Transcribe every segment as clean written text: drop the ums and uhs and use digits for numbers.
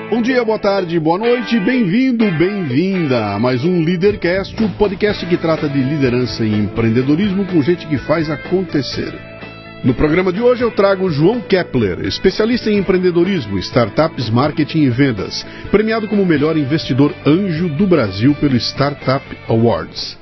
Bom dia, boa tarde, boa noite, bem-vindo, bem-vinda a mais um Leadercast, o podcast que trata de liderança e empreendedorismo com gente que faz acontecer. No programa de hoje eu trago João Kepler, especialista em empreendedorismo, startups, marketing e vendas, premiado como o melhor investidor anjo do Brasil pelo Startup Awards.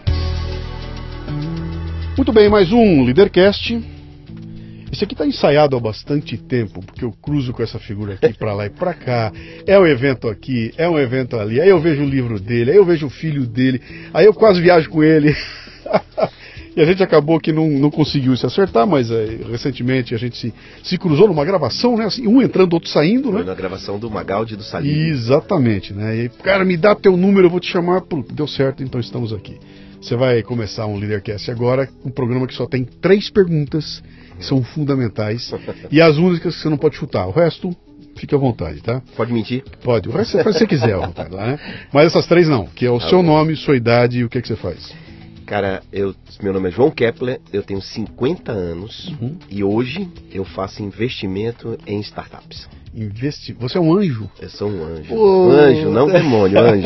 Muito bem, mais um Leadercast. Esse aqui está ensaiado há bastante tempo, porque eu cruzo com essa figura aqui para lá e para cá. É um evento aqui, é um evento ali. Aí eu vejo o livro dele, aí eu vejo o filho dele, aí eu quase viajo com ele. E a gente acabou que não conseguiu se acertar, mas recentemente a gente se cruzou numa gravação, né? Assim, um entrando, outro saindo, né? Foi na gravação do Magaldi do Salim. Exatamente, né? E, cara, me dá teu número, eu vou te chamar. Pronto, deu certo, então estamos aqui. Você vai começar um Leadercast agora, um programa que só tem 3 perguntas, que são fundamentais, e as únicas que você não pode chutar. O resto, fique à vontade, tá? Pode mentir? Pode, o resto você faz se você quiser à vontade, né? Mas essas 3 não, que é o seu nome, sua idade e o que você faz. Cara, meu nome é João Kepler, eu tenho 50 anos e hoje eu faço investimento em startups. Você é um anjo? Eu sou um anjo. Anjo, não demônio, anjo.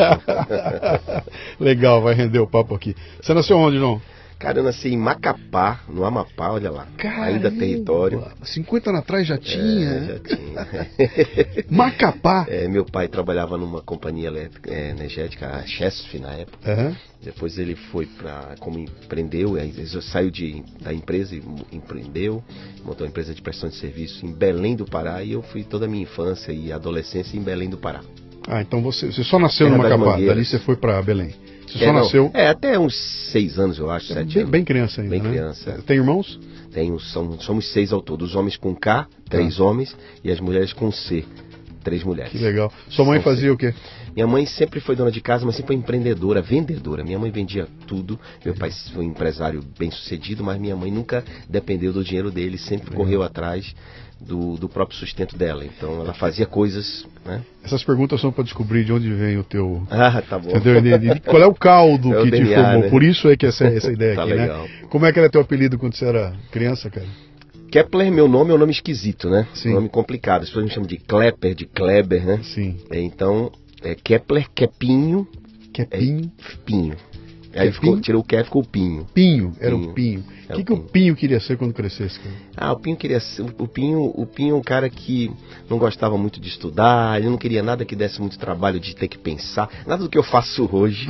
Legal, vai render o papo aqui. Você nasceu onde, João? Cara, eu nasci em Macapá, no Amapá, olha lá. Caramba, ainda território. 50 anos atrás já tinha? Já tinha. Macapá? Meu pai trabalhava numa companhia elétrica, energética, a Chesf na época. Uhum. Depois ele foi como empreendeu, aí ele saiu da empresa e empreendeu, montou uma empresa de prestação de serviço em Belém do Pará, e eu fui toda a minha infância e adolescência em Belém do Pará. Ah, então você só nasceu no Macapá, dali você foi para Belém. Você só nasceu... até uns 6 anos, eu acho, 7 anos. Bem criança ainda, bem né? Criança. Tem irmãos? Somos 6 ao todo, os homens com K, 3 homens, e as mulheres com C, 3 mulheres. Que legal. Sua mãe fazia o quê? Minha mãe sempre foi dona de casa, mas sempre foi empreendedora, vendedora. Minha mãe vendia tudo. Meu pai foi um empresário bem sucedido, mas minha mãe nunca dependeu do dinheiro dele, sempre correu atrás do próprio sustento dela. Então ela fazia coisas, né? Essas perguntas são para descobrir de onde vem o teu... tá bom. Entendeu? Qual é o caldo que DNA, te formou? né? Por isso é que essa ideia tá aqui, legal. Né? Como é que era teu apelido quando você era criança, cara? Kepler, meu nome é um nome esquisito, né? Sim. Um nome complicado. As pessoas me chamam de Klepper, de Kleber, né? Sim. Então, Kepler, Kepinho. Kepinho? Pinho. Aí tirou o Kep, ficou o Pinho. Pinho, era o Pinho. O que o Pinho queria ser quando crescesse, cara? O Pinho queria ser... O Pinho é um cara que não gostava muito de estudar, ele não queria nada que desse muito trabalho de ter que pensar, nada do que eu faço hoje.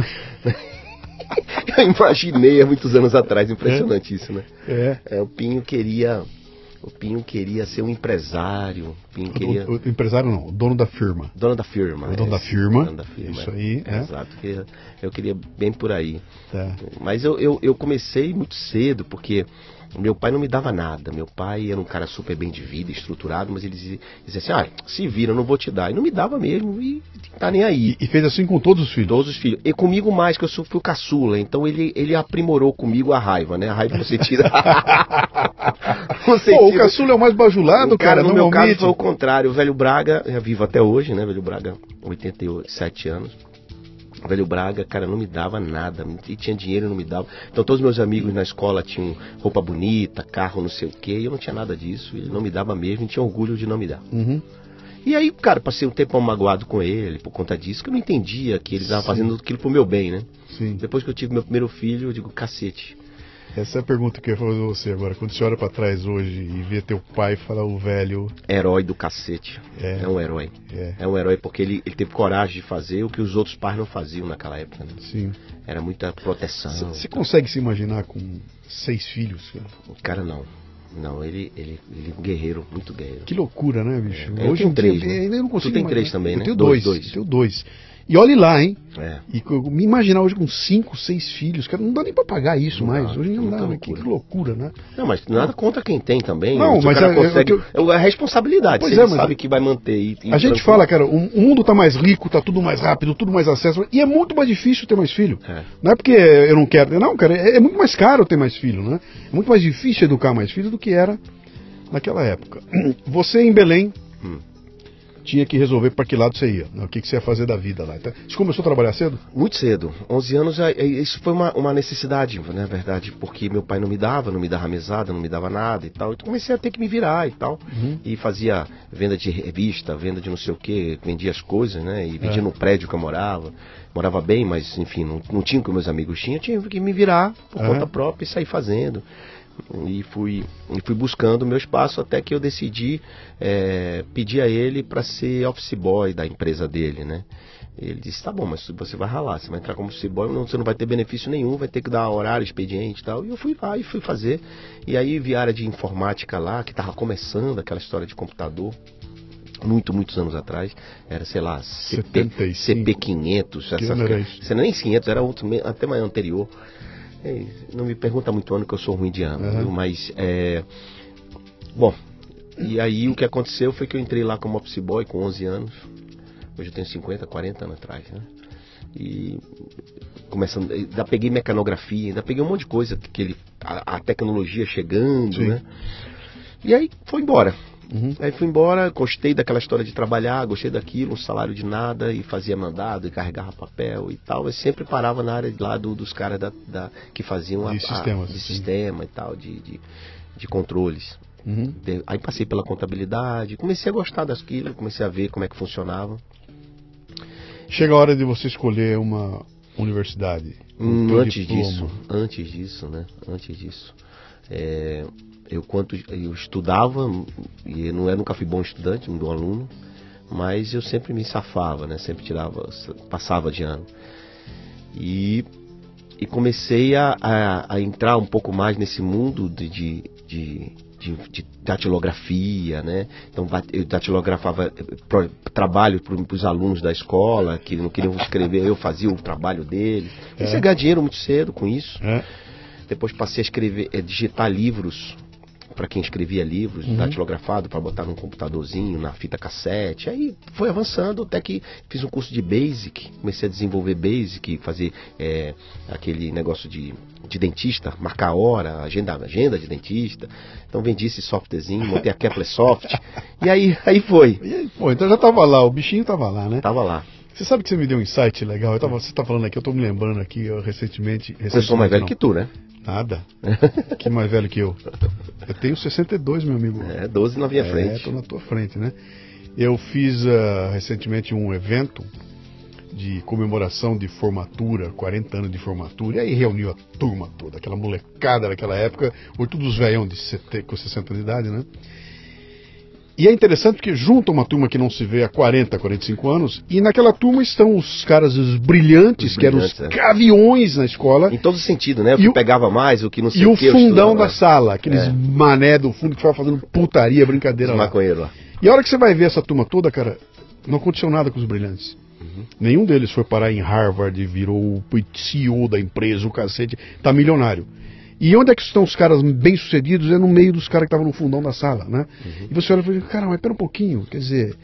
Eu imaginei há muitos anos atrás, impressionante isso, né? O Pinho queria ser um empresário. O empresário não, o dono da firma. Dono da firma. O dono da firma. Dono da firma. Isso aí. Exato. Eu queria bem por aí. Tá. Mas eu comecei muito cedo, porque meu pai não me dava nada. Meu pai era um cara super bem de vida, estruturado, mas ele dizia assim, se vira, eu não vou te dar. E não me dava mesmo, e tá nem aí. E fez assim com todos os filhos? Todos os filhos. E comigo mais, que eu fui o caçula. Então ele aprimorou comigo a raiva, né? A raiva você tira... O caçula é o mais bajulado, cara. No meu caso foi o contrário. O Velho Braga, é vivo até hoje, né? Velho Braga, 87 anos. O Velho Braga, cara, não me dava nada. E tinha dinheiro e não me dava. Então todos os meus amigos na escola tinham roupa bonita, carro não sei o quê. E eu não tinha nada disso. Ele não me dava mesmo e tinha orgulho de não me dar. Uhum. E aí, cara, passei um tempão magoado com ele por conta disso, que eu não entendia que ele estava fazendo aquilo pro meu bem, né? Sim. Depois que eu tive meu primeiro filho, eu digo, cacete. Essa é a pergunta que eu ia fazer a você agora. Quando você olha pra trás hoje e vê teu pai falar o velho... Herói do cacete. É um herói. É um herói porque ele teve coragem de fazer o que os outros pais não faziam naquela época, né? Sim. Era muita proteção. Você consegue se imaginar com 6 filhos, cara? Cara, não. Não, ele é um guerreiro, muito guerreiro. Que loucura, né, bicho? Eu tenho 3, né? Eu não consigo. Tu tem 3 também, né? Eu tenho 2. E olhe lá, hein? E me imaginar hoje com 5, 6 filhos, cara, não dá nem pra pagar isso mais. Hoje não dá, que loucura, né? Não, mas nada contra quem tem também. Não, mas é a responsabilidade. Pois você sabe que vai manter. A gente fala, cara, o mundo tá mais rico, tá tudo mais rápido, tudo mais acesso, e é muito mais difícil ter mais filho. Não é porque eu não quero, não, cara, é muito mais caro ter mais filho, né? É muito mais difícil educar mais filho do que era naquela época. Você em Belém, tinha que resolver para que lado você ia, né? O que você ia fazer da vida lá. Então, você começou a trabalhar cedo? Muito cedo, 11 anos, isso foi uma necessidade, na verdade, porque meu pai não me dava mesada, não me dava nada e tal, então comecei a ter que me virar e tal, e fazia venda de revista, venda de não sei o que, vendia as coisas, né, e vendia no prédio que eu morava bem, mas enfim, não tinha o que meus amigos tinham, tinha que me virar por conta própria e sair fazendo. E fui buscando o meu espaço até que eu decidi pedir a ele para ser office boy da empresa dele, né? Ele disse, tá bom, mas você vai ralar, você vai entrar como office boy, você não vai ter benefício nenhum, vai ter que dar horário, expediente e tal. E eu fui lá e fui fazer. E aí vi a área de informática lá, que estava começando aquela história de computador. Muitos anos atrás, era, sei lá, CP500, essas coisas. Nem 500, era outro, até mais anterior. Não me pergunta muito ano, que eu sou ruim de ano, viu? Mas, bom, e aí o que aconteceu foi que eu entrei lá como office boy com 11 anos, hoje eu tenho 50, 40 anos atrás, né? E começando, ainda peguei mecanografia, ainda peguei um monte de coisa, a tecnologia chegando, né? E aí foi embora. Aí fui embora, gostei daquela história de trabalhar, gostei daquilo, um salário de nada, e fazia mandado, e carregava papel e tal. Eu sempre parava na área lá dos caras que faziam de sistema e tal, de controles. Aí passei pela contabilidade, comecei a gostar daquilo, comecei a ver como é que funcionava. Chega a hora de você escolher uma universidade. Antes disso, né? Eu estudava, e eu nunca fui bom estudante, um bom aluno, mas eu sempre me safava, né? Sempre passava de ano. E comecei a entrar um pouco mais nesse mundo de datilografia, né? Então eu datilografava trabalho para os alunos da escola que não queriam escrever, eu fazia o trabalho deles. Comecei a ganhar dinheiro muito cedo com isso. Depois passei a escrever, digitar livros para quem escrevia livros, datilografado para botar num computadorzinho, na fita cassete. Aí foi avançando até que fiz um curso de Basic, comecei a desenvolver Basic, fazer aquele negócio de dentista, marcar a hora, agenda de dentista. Então vendi esse softwarezinho, montei a Kepler Soft, e aí foi. Então já tava lá, o bichinho tava lá, né? Tava lá. Você sabe que você me deu um insight legal? Você tá falando aqui, eu tô me lembrando aqui, recentemente eu sou mais velho que tu, né? Nada. Que mais velho que eu? Eu tenho 62, meu amigo. 12 na minha frente. Tô na tua frente, né? Eu fiz recentemente um evento de comemoração de formatura, 40 anos de formatura, e aí reuniu a turma toda, aquela molecada daquela época, hoje todos os velhão com 60 anos de idade, né? E é interessante porque junta uma turma que não se vê há 40, 45 anos, e naquela turma estão os caras, os brilhantes, que eram os gaviões na escola. Em todo sentido, né? O que pegava mais, o que não sei o que. E o fundão da sala, aqueles mané do fundo que ficava fazendo putaria, brincadeira lá. Maconheiro lá. E a hora que você vai ver essa turma toda, cara, não aconteceu nada com os brilhantes. Nenhum deles foi parar em Harvard, virou o CEO da empresa, o cacete, tá milionário. E onde é que estão os caras bem-sucedidos? É no meio dos caras que estavam no fundão da sala, né? E você olha e fala, cara, mas pera um pouquinho, quer dizer,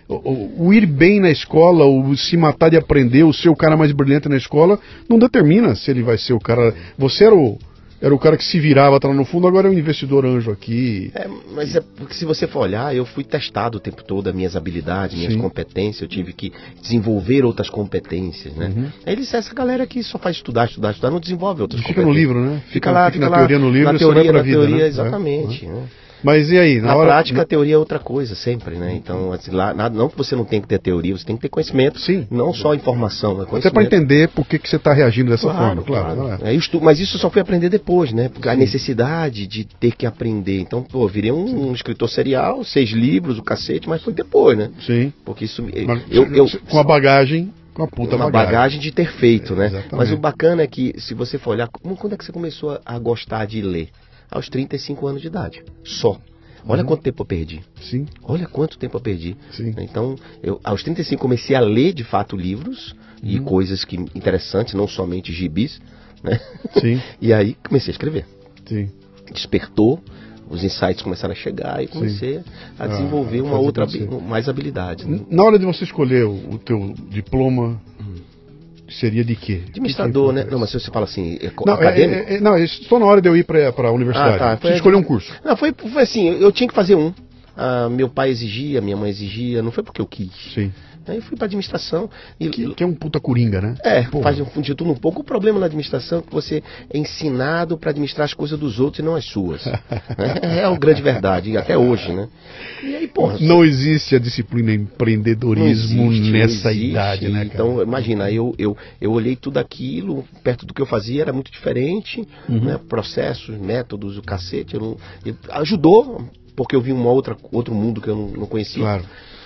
o ir bem na escola, o se matar de aprender, o ser o cara mais brilhante na escola, não determina se ele vai ser o cara... Você era o cara que se virava, tá lá no fundo, agora é um investidor anjo aqui. Mas é porque se você for olhar, eu fui testado o tempo todo, as minhas habilidades, minhas competências, eu tive que desenvolver outras competências, né? Aí essa galera que só faz estudar, não desenvolve outras competências. Fica no livro, né? Fica lá, na teoria no livro, na teoria, na vida, né? exatamente, né? Mas e aí? Na prática, a teoria é outra coisa sempre, né? Então, assim, não que você não tem que ter teoria, você tem que ter conhecimento. Sim. Não só informação, mas conhecimento. Até para entender por que você está reagindo dessa forma, claro. Mas isso eu só fui aprender depois, né? Porque a necessidade de ter que aprender. Então, virei um escritor serial, 6 livros, o cacete, mas foi depois, né? Sim. Porque isso... com a bagagem... Com a puta uma bagagem de ter feito, né? Exatamente. Mas o bacana é que, se você for olhar... Quando é que você começou a gostar de ler? Aos 35 anos de idade. Só. Olha quanto tempo eu perdi. Sim. Olha quanto tempo eu perdi. Sim. Então, aos 35 comecei a ler, de fato, livros e coisas interessantes, não somente gibis, né? Sim. E aí comecei a escrever. Sim. Despertou, os insights começaram a chegar e comecei a desenvolver mais habilidades. Né? Na hora de você escolher o teu diploma... Seria de quê? Administrador, né? Não, mas se você fala assim, acadêmico? Não, estou na hora de eu ir para a universidade. Você escolheu um curso. Não, foi assim, eu tinha que fazer um. meu pai exigia, minha mãe exigia, não foi porque eu quis. Sim. Aí eu fui para administração. Que é um puta coringa, né? Faz de tudo um pouco. O problema na administração é que você é ensinado para administrar as coisas dos outros e não as suas. É a grande verdade, até hoje, né? E aí, porra, não existe a disciplina empreendedorismo nessa idade, né, cara? Então, imagina, eu olhei tudo aquilo, perto do que eu fazia, era muito diferente, né? Processos, métodos, o cacete. Ajudou, porque eu vi outro mundo que eu não conhecia. Claro.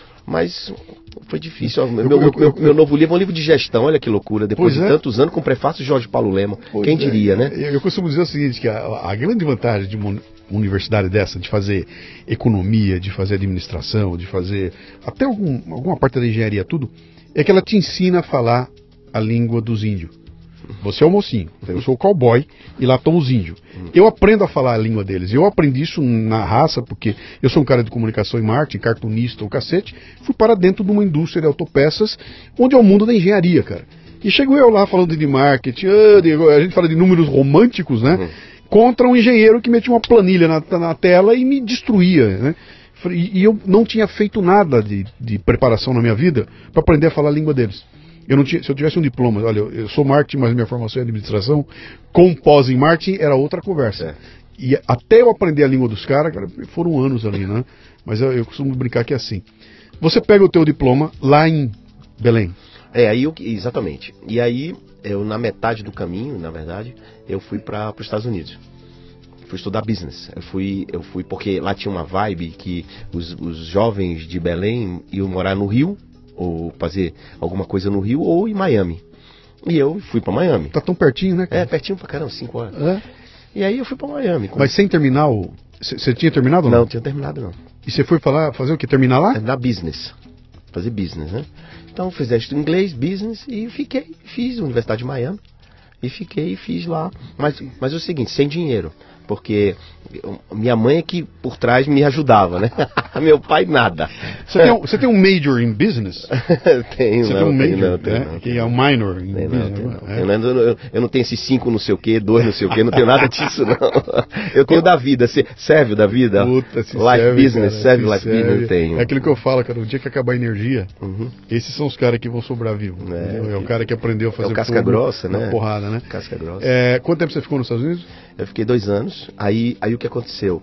Mas foi difícil. Meu novo livro é um livro de gestão, olha que loucura. Depois de tantos anos, com prefácio de Jorge Paulo Lema. Quem diria, né? Eu costumo dizer o seguinte, que a grande vantagem de uma universidade dessa, de fazer economia, de fazer administração, de fazer até alguma parte da engenharia, tudo, é que ela te ensina a falar a língua dos índios. Você é o mocinho, eu sou o cowboy e lá estão os índios. Eu aprendo a falar a língua deles. Eu aprendi isso na raça, porque eu sou um cara de comunicação e marketing, cartunista ou cacete. Fui para dentro de uma indústria de autopeças, onde é o mundo da engenharia, cara. E chego eu lá falando de marketing, a gente fala de números românticos, né? Contra um engenheiro que metia uma planilha na tela e me destruía, né? E eu não tinha feito nada de preparação na minha vida para aprender a falar a língua deles. Se eu tivesse um diploma, olha, eu sou marketing, mas minha formação é administração, com pós em marketing era outra conversa. E até eu aprender a língua dos caras, cara, foram anos ali, né? Mas eu costumo brincar que é assim. Você pega o teu diploma lá em Belém. Exatamente. E aí, eu na metade do caminho, na verdade, eu fui para os Estados Unidos. Fui estudar business. Eu fui porque lá tinha uma vibe que os jovens de Belém iam morar no Rio, ou fazer alguma coisa no Rio ou em Miami. E eu fui pra Miami. Tá tão pertinho, né, cara? Pertinho pra caramba, 5 horas. E aí eu fui pra Miami. Mas sem terminar o... Você tinha terminado ou não? Não, tinha terminado não. E você foi fazer o quê? Terminar lá? Na business. Fazer business, né? Então fiz inglês, business e fiz a Universidade de Miami. E fiz lá. Mas é o seguinte, sem dinheiro. Porque minha mãe é que por trás me ajudava, né? Meu pai nada. Você tem um major em business? Tenho. Você tem um major, né? Que é um minor em business. Eu não tenho esses 5 não sei o que, 2 não sei o que, não tenho nada disso não. Eu tenho da vida, serve o da vida. Puta, life business, serve life business, eu tenho. É aquilo que eu falo, cara, no dia que acabar a energia, esses são os caras que vão sobrar vivos. É o cara que aprendeu a fazer casca grossa, né? Porrada, né? Casca grossa. Quanto tempo você ficou nos Estados Unidos? Eu fiquei 2 anos. Aí o que aconteceu?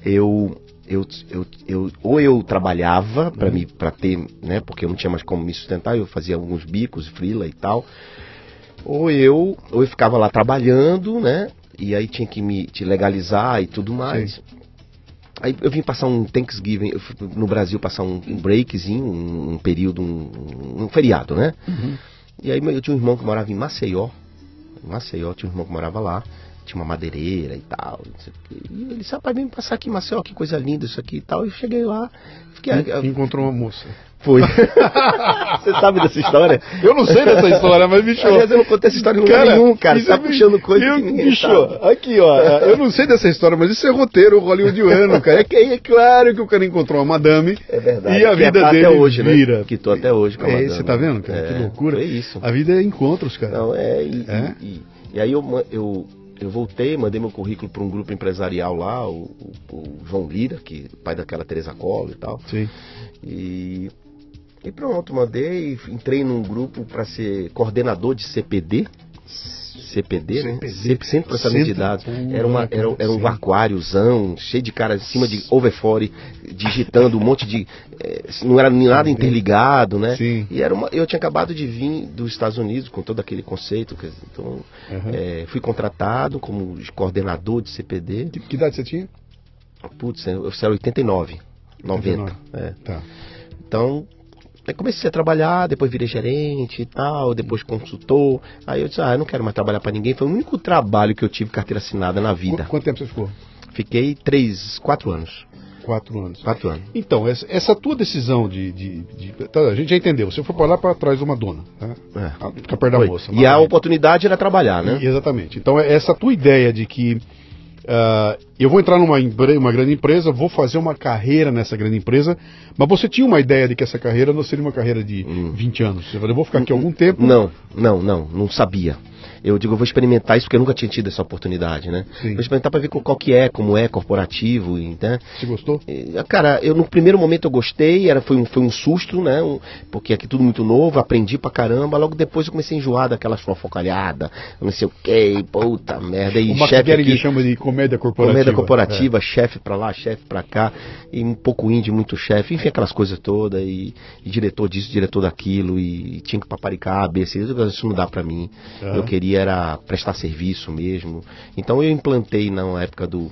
Ou eu trabalhava para ter, né? Porque eu não tinha mais como me sustentar, eu fazia alguns bicos, freela e tal. Ou eu ficava lá trabalhando, né? E aí tinha que te legalizar e tudo mais. Sim. Aí eu vim passar um Thanksgiving, eu fui no Brasil passar um breakzinho, um período, um feriado, né? E aí eu tinha um irmão que morava em Maceió. Tinha um irmão que morava lá. Tinha uma madeireira e tal, não sei o quê. E ele disse, rapaz, vem passar aqui em Maceió, que coisa linda isso aqui e tal. E eu cheguei lá, encontrou uma moça. Foi. Você sabe dessa história? Eu não sei dessa história, mas bicho... Aliás, eu não contei essa história em lugar nenhum, cara. Você tá puxando coisa que ninguém bicho, sabe. Aqui, ó, eu não sei dessa história, mas isso é roteiro hollywoodiano, cara. É claro que o cara encontrou uma madame. É verdade. E a vida dele até hoje, vira. Né? Que tô até hoje com a madame. Você tá vendo, cara? Que loucura. É isso. A vida é encontros, cara. Não, e aí eu voltei, mandei meu currículo para um grupo empresarial lá, o João Lira, que é pai daquela Teresa Collor e tal. Sim. E pronto, mandei, entrei num grupo para ser coordenador de CPD, né? Centro de Processamento de Dados. Era um aquáriozão, cheio de cara em cima de overfore, digitando um monte de... não era nada interligado, né? Sim. E eu tinha acabado de vir dos Estados Unidos com todo aquele conceito. Então, fui contratado como coordenador de CPD. Que idade você tinha? Putz, eu era 89, 90. Tá. Então... Aí comecei a trabalhar, depois virei gerente e tal, depois consultor. Aí eu disse, eu não quero mais trabalhar para ninguém. Foi o único trabalho que eu tive carteira assinada na vida. Quanto tempo você ficou? Fiquei 4 anos. 4 anos. 4 anos. Então, essa tua decisão tá, a gente já entendeu. Você foi para lá para trás de uma dona, tá? Ficar perto da moça. E a oportunidade era trabalhar, né? Exatamente. Então, essa tua ideia de que eu vou entrar uma grande empresa, vou fazer uma carreira nessa grande empresa, mas você tinha uma ideia de que essa carreira não seria uma carreira de 20 anos? Você falou, eu vou ficar aqui algum tempo? Não sabia. Eu digo, eu vou experimentar isso porque eu nunca tinha tido essa oportunidade, né? Sim. Vou experimentar para ver qual que é, como é, corporativo, né? Você gostou? Cara, no primeiro momento eu gostei, foi um susto, né? Porque aqui tudo muito novo, aprendi pra caramba, logo depois eu comecei a enjoar daquela fofocalhada, não sei o que, puta merda, e o chefe aqui... chama de comédia corporativa. Comédia corporativa, chefe pra lá, chefe pra cá, e um pouco indie, muito chefe, enfim, aquelas coisas todas, e diretor disso, diretor daquilo, e tinha que paparicar, ABC, isso não dá pra mim. Eu queria era prestar serviço mesmo. Então eu implantei na época do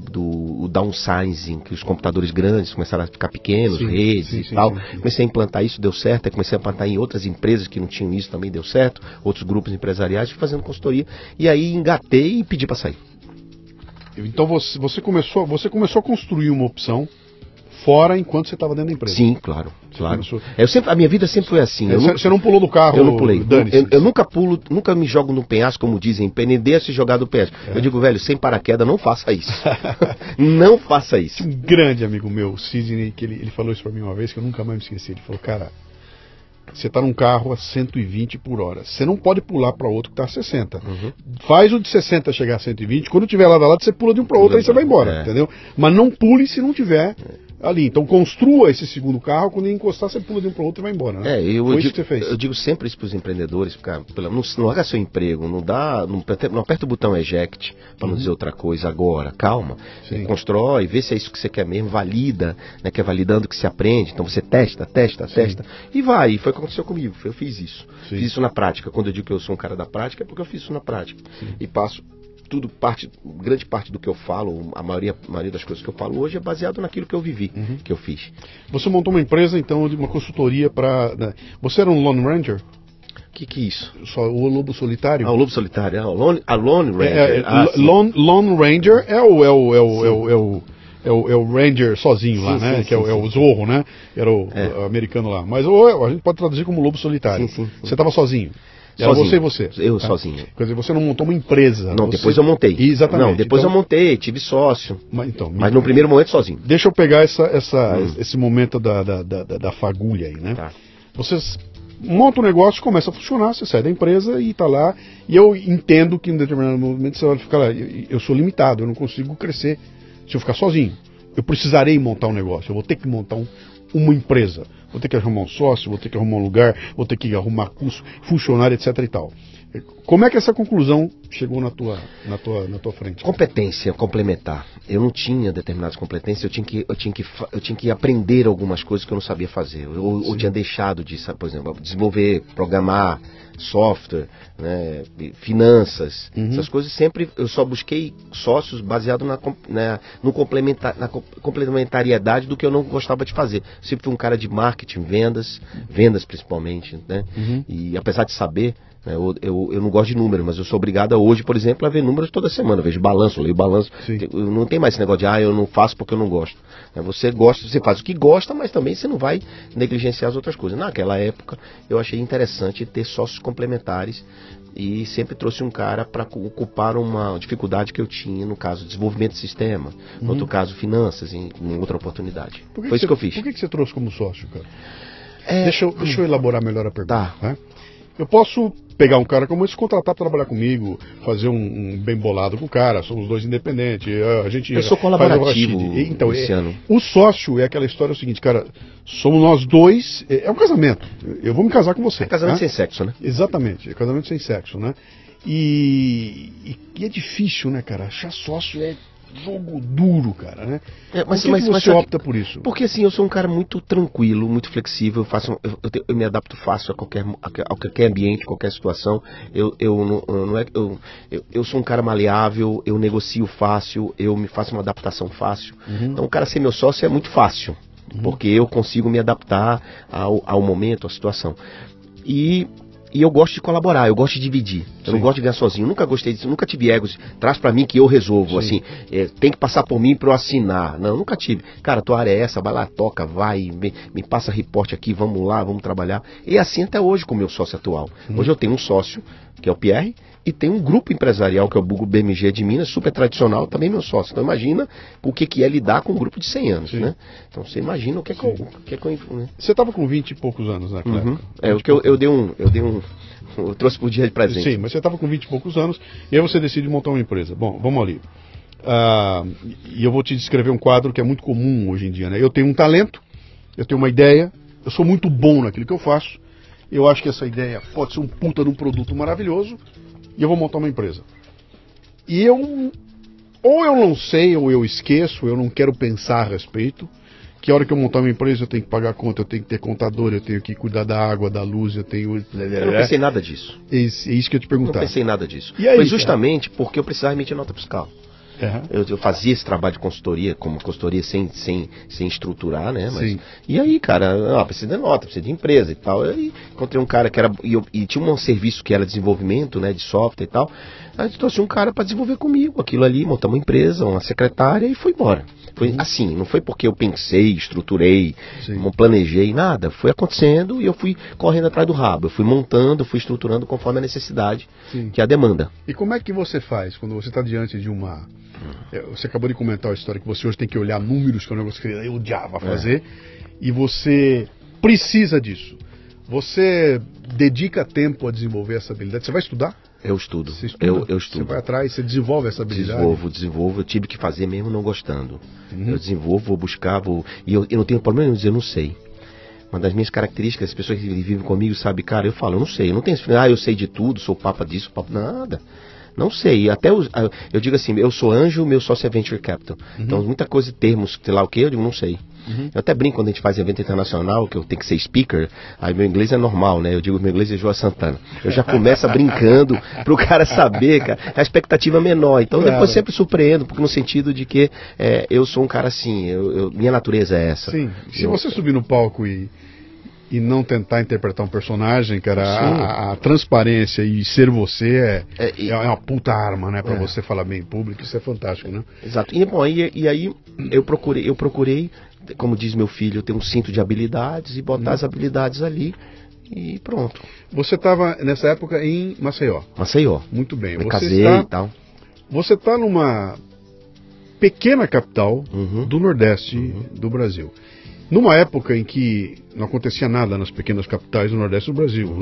downsizing, que os computadores grandes começaram a ficar pequenos, redes e tal. Comecei a implantar isso, deu certo. Aí comecei a implantar em outras empresas que não tinham isso, também deu certo. Outros grupos empresariais, fazendo consultoria. E aí engatei e pedi para sair. Então você começou a construir uma opção fora enquanto você estava dentro da empresa. Sim, claro. A minha vida sempre foi assim. Você não pulou do carro? Eu não pulei. Eu nunca pulo, nunca me jogo no penhasco, como dizem, empreender se jogar do penhasco. Eu digo, velho, sem paraquedas, não faça isso. Não faça isso. Um grande amigo meu, Sidney, que ele falou isso pra mim uma vez, que eu nunca mais me esqueci. Ele falou, cara, você tá num carro a 120 por hora. Você não pode pular para outro que tá a 60. Faz o de 60 chegar a 120. Quando tiver lado a lado, você pula de um para outro, aí você vai embora, entendeu? Mas não pule se não tiver ali. Então construa esse segundo carro, quando ele encostar, você pula de um para outro e vai embora, né? Foi isso que você fez. Eu digo sempre isso pros empreendedores, não larga seu emprego, não aperta o botão eject, para não dizer outra coisa agora, calma. Constrói, vê se é isso que você quer mesmo, valida, né, que é validando que se aprende. Então você testa, e vai. E foi o que aconteceu comigo, eu fiz isso. Fiz isso na prática. Quando eu digo que eu sou um cara da prática, é porque eu fiz isso na prática. E passo grande parte do que eu falo, a maioria das coisas que eu falo hoje é baseado naquilo que eu vivi, que eu fiz. Você montou uma empresa, então, de uma consultoria para... Né? Você era um Lone Ranger? O que é isso? O Lobo Solitário? O Lobo Solitário, a Lone Ranger. Lone Ranger é o Ranger sozinho lá, né? Que é o Zorro, né? Era o americano lá. Mas a gente pode traduzir como Lobo Solitário. Você estava sozinho. Era você e você. Eu sozinho. Quer dizer, você não montou uma empresa. Não, depois eu montei. Exatamente. Não, depois eu montei, tive sócio. Mas no primeiro momento sozinho. Deixa eu pegar esse momento da fagulha aí, né? Tá. Vocês montam um negócio, começa a funcionar, você sai da empresa e tá lá. E eu entendo que em determinado momento você vai ficar lá. Eu sou limitado, eu não consigo crescer se eu ficar sozinho. Eu precisarei montar um negócio, eu vou ter que montar uma empresa. Vou ter que arrumar um sócio, vou ter que arrumar um lugar, vou ter que arrumar curso, funcionário, etc e tal. Como é que essa conclusão chegou na tua frente? Competência complementar. Eu não tinha determinadas competências, eu tinha que aprender algumas coisas que eu não sabia fazer. Ou tinha deixado de, por exemplo, desenvolver, programar, software, né, finanças, essas coisas sempre eu só busquei sócios baseado na complementariedade do que eu não gostava de fazer. Sempre fui um cara de marketing, vendas principalmente, né? E apesar de saber, né, eu não gosto de números, mas eu sou obrigado hoje, por exemplo, a ver números toda semana. Eu vejo balanço, leio balanço. Não tem mais esse negócio de eu não faço porque eu não gosto. Você gosta, você faz o que gosta, mas também você não vai negligenciar as outras coisas. Naquela época eu achei interessante ter sócios complementares e sempre trouxe um cara para ocupar uma dificuldade que eu tinha, no caso desenvolvimento de sistema, no outro caso finanças, em outra oportunidade. Foi isso que eu fiz. Por que você trouxe como sócio, cara? Deixa eu elaborar melhor a pergunta. Tá. Né? Eu posso pegar um cara como esse, contratar para trabalhar comigo, fazer um bem bolado com o cara, somos dois independentes, eu sou colaborativo, então, Luciano. O sócio é aquela história, é o seguinte, cara, somos nós dois, é um casamento, eu vou me casar com você. É casamento sem sexo, né? Exatamente, é casamento sem sexo, né? E é difícil, né, cara, achar sócio é jogo duro, cara, né? Mas você opta por isso? Porque assim, eu sou um cara muito tranquilo, muito flexível, eu me adapto fácil a qualquer ambiente, qualquer situação. Eu sou um cara maleável, eu negocio fácil, eu me faço uma adaptação fácil. Então o cara ser meu sócio é muito fácil, porque eu consigo me adaptar ao momento, à situação. E eu gosto de colaborar, eu gosto de dividir. Eu não gosto de ganhar sozinho. Nunca gostei disso, nunca tive egos. Traz pra mim que eu resolvo, assim. Tem que passar por mim pra eu assinar. Não, nunca tive. Cara, tua área é essa, vai lá, toca, vai, me passa reporte aqui, vamos lá, vamos trabalhar. E assim até hoje com o meu sócio atual. Hoje eu tenho um sócio, que é o Pierre, E tem um grupo empresarial, que é o BMG de Minas, super tradicional, também meu sócio. Então imagina o que é lidar com um grupo de 100 anos, né? Então você imagina o que é que eu né? Você estava com 20 e poucos anos naquela época. O que eu trouxe por dia de presente. Sim, mas você estava com 20 e poucos anos e aí você decide montar uma empresa. Bom, vamos ali. E eu vou te descrever um quadro que é muito comum hoje em dia, né? Eu tenho um talento, eu tenho uma ideia, eu sou muito bom naquilo que eu faço, eu acho que essa ideia pode ser um puta de um produto maravilhoso e eu vou montar uma empresa. E ou eu não sei, ou eu esqueço, eu não quero pensar a respeito, que a hora que eu montar uma empresa eu tenho que pagar conta, eu tenho que ter contador, eu tenho que cuidar da água, da luz, eu tenho... Eu não pensei nada disso. É isso que eu te perguntar. Não pensei nada disso. E aí, foi justamente porque eu precisava emitir nota fiscal. Uhum. Eu fazia esse trabalho de consultoria, como consultoria sem estruturar, né? Mas, Sim. E aí, cara, precisa de nota, precisa de empresa e tal. Aí encontrei um cara que era. E tinha um serviço que era desenvolvimento, né? De software e tal. Aí eu trouxe um cara para desenvolver comigo aquilo ali, montar uma empresa, uma secretária e fui embora. Foi assim, não foi porque eu pensei, estruturei, não planejei, nada. Foi acontecendo e eu fui correndo atrás do rabo. Eu fui montando, fui estruturando conforme a necessidade, que é a demanda. E como é que você faz quando você está diante de uma... Você acabou de comentar a história que você hoje tem que olhar números, que é um negócio que eu odiava fazer, e você precisa disso. Você dedica tempo a desenvolver essa habilidade? Você vai estudar? Eu estudo. Eu estudo. Você vai atrás, você desenvolve essa habilidade? Desenvolvo. Eu tive que fazer mesmo não gostando. Eu desenvolvo, vou buscar, e eu não tenho problema em dizer, eu não sei. Uma das minhas características, as pessoas que vivem comigo sabem, cara, eu falo, eu não sei. Eu não tenho esse, eu sei de tudo, sou papa disso, papa... Nada. Não sei, até eu digo assim, eu sou anjo, meu sócio é venture capital. Então, muita coisa, termos, sei lá o que, eu digo, não sei. Eu até brinco quando a gente faz evento internacional, que eu tenho que ser speaker, aí meu inglês é normal, né? Eu digo, meu inglês é João Santana. Eu já começo brincando pro cara saber, cara, a expectativa é menor. Então, depois sempre surpreendo, porque no sentido de que eu sou um cara assim, minha natureza é essa. Sim, se você subir no palco e não tentar interpretar um personagem, cara, a transparência e ser você é uma puta arma, né? Pra você falar bem em público, isso é fantástico, né? Exato. E aí eu procurei, como diz meu filho, ter um cinto de habilidades e botar as habilidades ali e pronto. Você estava nessa época em Maceió? Maceió. Muito bem. Me casei e tal. Você está numa pequena capital do Nordeste do Brasil. Numa época em que não acontecia nada nas pequenas capitais do Nordeste do Brasil.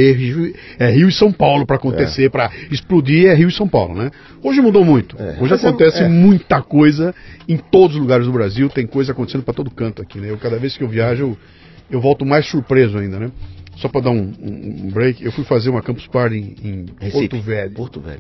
É Rio e São Paulo para acontecer, para explodir, é Rio e São Paulo, né? Hoje mudou muito. Hoje acontece muita coisa em todos os lugares do Brasil, tem coisa acontecendo para todo canto aqui, né? Cada vez que eu viajo, eu volto mais surpreso ainda, né? Só para dar um break, eu fui fazer uma Campus Party em Porto Velho.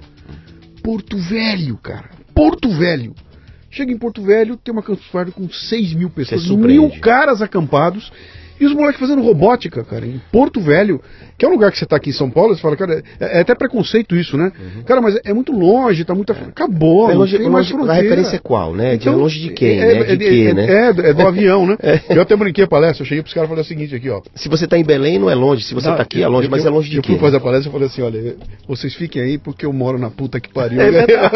Porto Velho, cara. Porto Velho. Chega em Porto Velho, tem uma Campus Party com 6 mil pessoas, 1.000 caras acampados, e os moleques fazendo robótica, cara, em Porto Velho, que é um lugar que você tá aqui em São Paulo, você fala, cara, é até preconceito isso, né? Cara, mas é muito longe, tá muito... Acabou, é longe, a referência é qual, né? Então, longe de quem, né? De quê, né? É do avião, né? Eu até brinquei a palestra, eu cheguei pros caras e falei o seguinte aqui, ó. Se você tá em Belém, não é longe, se você tá aqui é longe, mas é longe de quê? Eu fui fazer a palestra e falei assim, olha, vocês fiquem aí porque eu moro na puta que pariu. É verdade.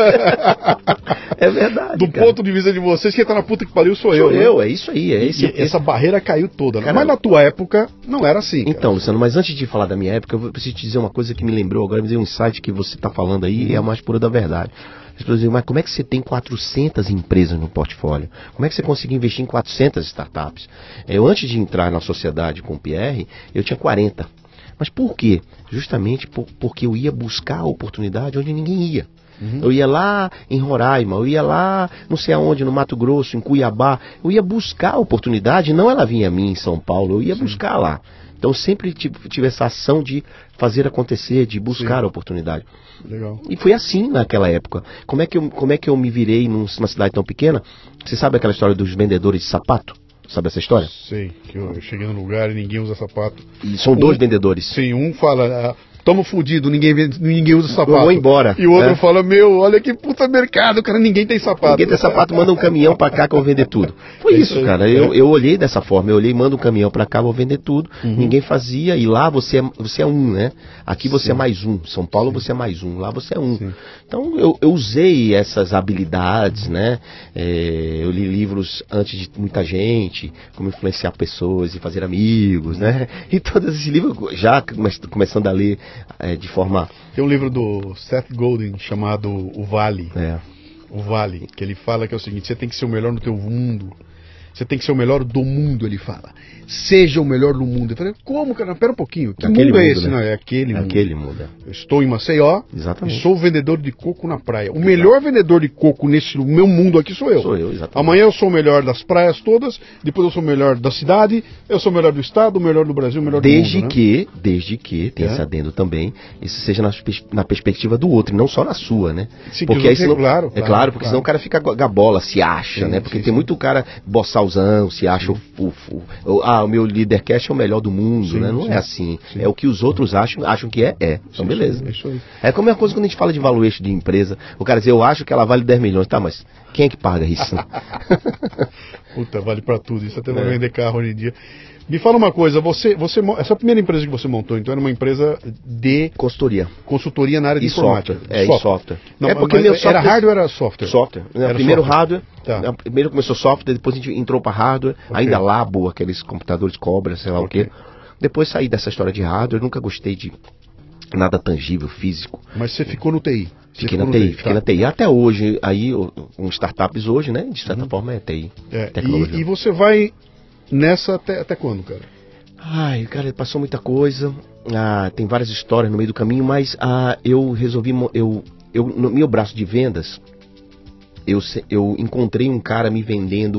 É verdade. Do ponto de vista de vocês, quem tá na puta que pariu sou eu. É isso aí. Essa barreira caiu toda, né? Mas na tua época não era assim. Cara. Então, Luciano, mas antes de falar da minha época, eu preciso te dizer uma coisa que me lembrou agora, me deu um insight que você tá falando aí, é a mais pura da verdade. As pessoas dizem, mas como é que você tem 400 empresas no portfólio? Como é que você conseguiu investir em 400 startups? Antes de entrar na sociedade com o Pierre, eu tinha 40. Mas por quê? Justamente porque eu ia buscar a oportunidade onde ninguém ia. Eu ia lá em Roraima, eu ia lá não sei aonde, no Mato Grosso, em Cuiabá. Eu ia buscar a oportunidade, não ela vinha a mim em São Paulo, eu ia buscar lá. Então sempre tive essa ação de fazer acontecer, de buscar a oportunidade. Legal. E foi assim naquela época. Como é que eu me virei numa cidade tão pequena? Você sabe aquela história dos vendedores de sapato? Sabe essa história? Sei, que eu cheguei num lugar e ninguém usa sapato. E são dois vendedores. Sim, um fala... Tamo fudido, ninguém usa sapato. Eu vou embora. E o outro fala, olha que puta mercado, cara, ninguém tem sapato. Ninguém tem sapato, manda um caminhão pra cá que eu vou vender tudo. Foi isso, cara. Eu olhei dessa forma, manda um caminhão pra cá, vou vender tudo. Ninguém fazia, e lá você é um, né? Aqui você é mais um. São Paulo você é mais um, lá você é um. Sim. Então eu usei essas habilidades, né? Eu li livros antes de muita gente, como influenciar pessoas e fazer amigos, né? E todos esses livros, já começando a ler de forma... Tem um livro do Seth Godin chamado O Vale. É. O Vale, que ele fala que é o seguinte: você tem que ser o melhor no teu mundo. Você tem que ser o melhor do mundo, ele fala. Seja o melhor do mundo. Eu falei, como, cara? Pera um pouquinho. Que Aquele mundo é mundo, esse? né? Não, é aquele mundo. Aquele mundo. Eu estou em Maceió. Exatamente. E sou vendedor de coco na praia. O melhor vendedor de coco nesse meu mundo aqui sou eu. Sou eu, exatamente. Amanhã eu sou o melhor das praias todas. Depois eu sou o melhor da cidade. Eu sou o melhor do estado, o melhor do Brasil, o melhor do mundo. Desde que, tem esse adendo também, isso seja na perspectiva do outro, e não só na sua, né? Sim, porque aí senão, claro, porque senão o cara fica gabola, se acha, né? Porque tem muito cara boçalzão, se acha o meu Leadercast é o melhor do mundo, né? Não é assim. É o que os outros acham que é. Então, beleza. É isso aí. É como a coisa quando a gente fala de valuation de empresa. O cara diz, eu acho que ela vale 10 milhões. Tá, mas quem é que paga isso? Puta, vale pra tudo. Isso até vai vender carro hoje em dia. Me fala uma coisa, essa primeira empresa que você montou, então era uma empresa de consultoria na área de informática. Software. Não, porque meu software... Era hardware ou era software? Software. Era primeiro software. Hardware, Tá. Primeiro começou software, depois a gente entrou para hardware, ainda Labo, aqueles computadores Cobra, sei lá o quê. Depois saí dessa história de hardware, nunca gostei de nada tangível, físico. Mas você ficou no TI? Fiquei na TI. Até hoje, aí, startups hoje, né, de certa forma é TI. Tecnologia. E você vai nessa até quando, cara? Ai, cara, passou muita coisa. Tem várias histórias no meio do caminho, mas eu resolvi... no meu braço de vendas, eu encontrei um cara me vendendo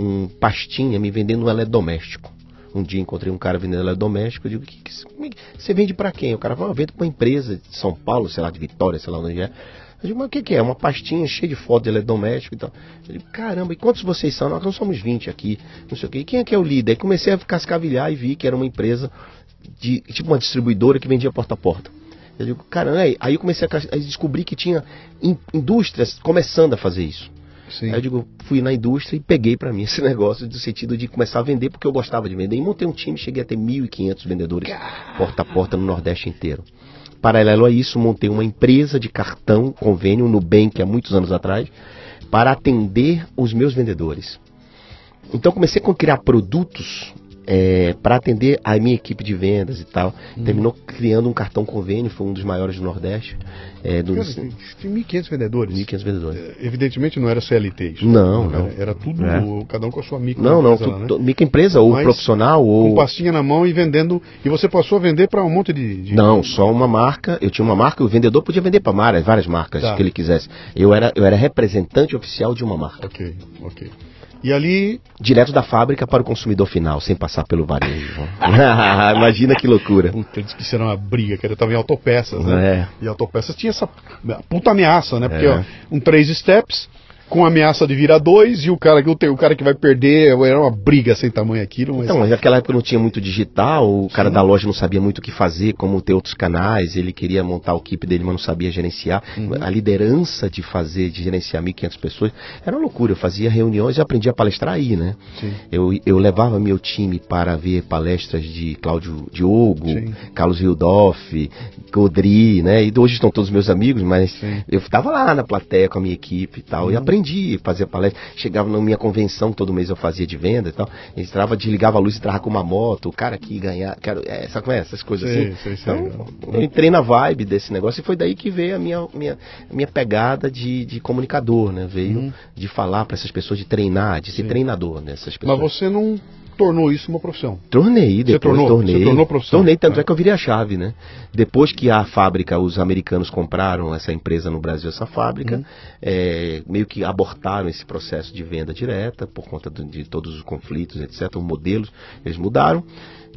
me vendendo um eletrodoméstico. Um dia encontrei um cara vendendo eletrodoméstico, eu digo, você vende pra quem? O cara falou, eu vendo pra uma empresa de São Paulo, sei lá, de Vitória, sei lá onde é. Eu digo, mas o que é? Uma pastinha cheia de foto de eletrodoméstico e tal. Eu digo, caramba, e quantos vocês são? Nós somos 20 aqui, não sei o quê. E quem é que é o líder? Aí comecei a cascavilhar e vi que era uma empresa, tipo uma distribuidora que vendia porta a porta. Eu digo, caramba, aí eu comecei a descobrir que tinha indústrias começando a fazer isso. Sim. Aí eu digo, fui na indústria e peguei pra mim esse negócio no sentido de começar a vender, porque eu gostava de vender. E montei um time, cheguei a ter 1.500 vendedores porta a porta no Nordeste inteiro. Paralelo a isso, montei uma empresa de cartão, convênio, Nubank, há muitos anos atrás, para atender os meus vendedores. Então comecei a criar produtos para atender a minha equipe de vendas e tal. Terminou criando um cartão convênio, foi um dos maiores do Nordeste. Tem 1.500 vendedores. 1.500 vendedores. Evidentemente não era CLT isso. Não. Era tudo, cada um com a sua micro empresa. Né? Microempresa ou profissional. Com pastinha na mão e vendendo. E você passou a vender para um monte de... Não, só uma marca. Eu tinha uma marca e o vendedor podia vender para várias marcas que ele quisesse. Eu era representante oficial de uma marca. Ok. E ali... Direto da fábrica para o consumidor final, sem passar pelo varejo. Imagina que loucura. Puta, disse que isso era uma briga, que eu tava em autopeças, né? E autopeças tinha essa puta ameaça, né? Porque um 3 steps com ameaça de virar 2 e o cara que vai perder, era uma briga sem tamanho aquilo. Mas... Então, mas naquela época não tinha muito digital, o cara da loja não sabia muito o que fazer, como ter outros canais, ele queria montar o equipe dele, mas não sabia gerenciar. A liderança de gerenciar 1.500 pessoas era uma loucura. Eu fazia reuniões e aprendi a palestrar aí, né? Eu levava meu time para ver palestras de Cláudio Diogo, Carlos Hildoff, Godri, né? E hoje estão todos meus amigos, mas eu estava lá na plateia com a minha equipe e tal, e aprendi a fazer palestra. Chegava na minha convenção, todo mês eu fazia de venda e tal. Entrava, desligava a luz e entrava com uma moto. O cara que ganhar, sabe como é? Essas coisas assim. Então, eu entrei na vibe desse negócio e foi daí que veio a minha pegada de comunicador, né? Veio de falar para essas pessoas, de treinar, de ser treinador nessas pessoas. Mas você não tornou isso uma profissão? Tornei, depois Você tornou profissão? Tornei, tanto é que eu virei a chave, né? Depois que a fábrica, os americanos compraram essa empresa no Brasil, essa fábrica, meio que abortaram esse processo de venda direta, por conta de todos os conflitos, etc. Os modelos, eles mudaram.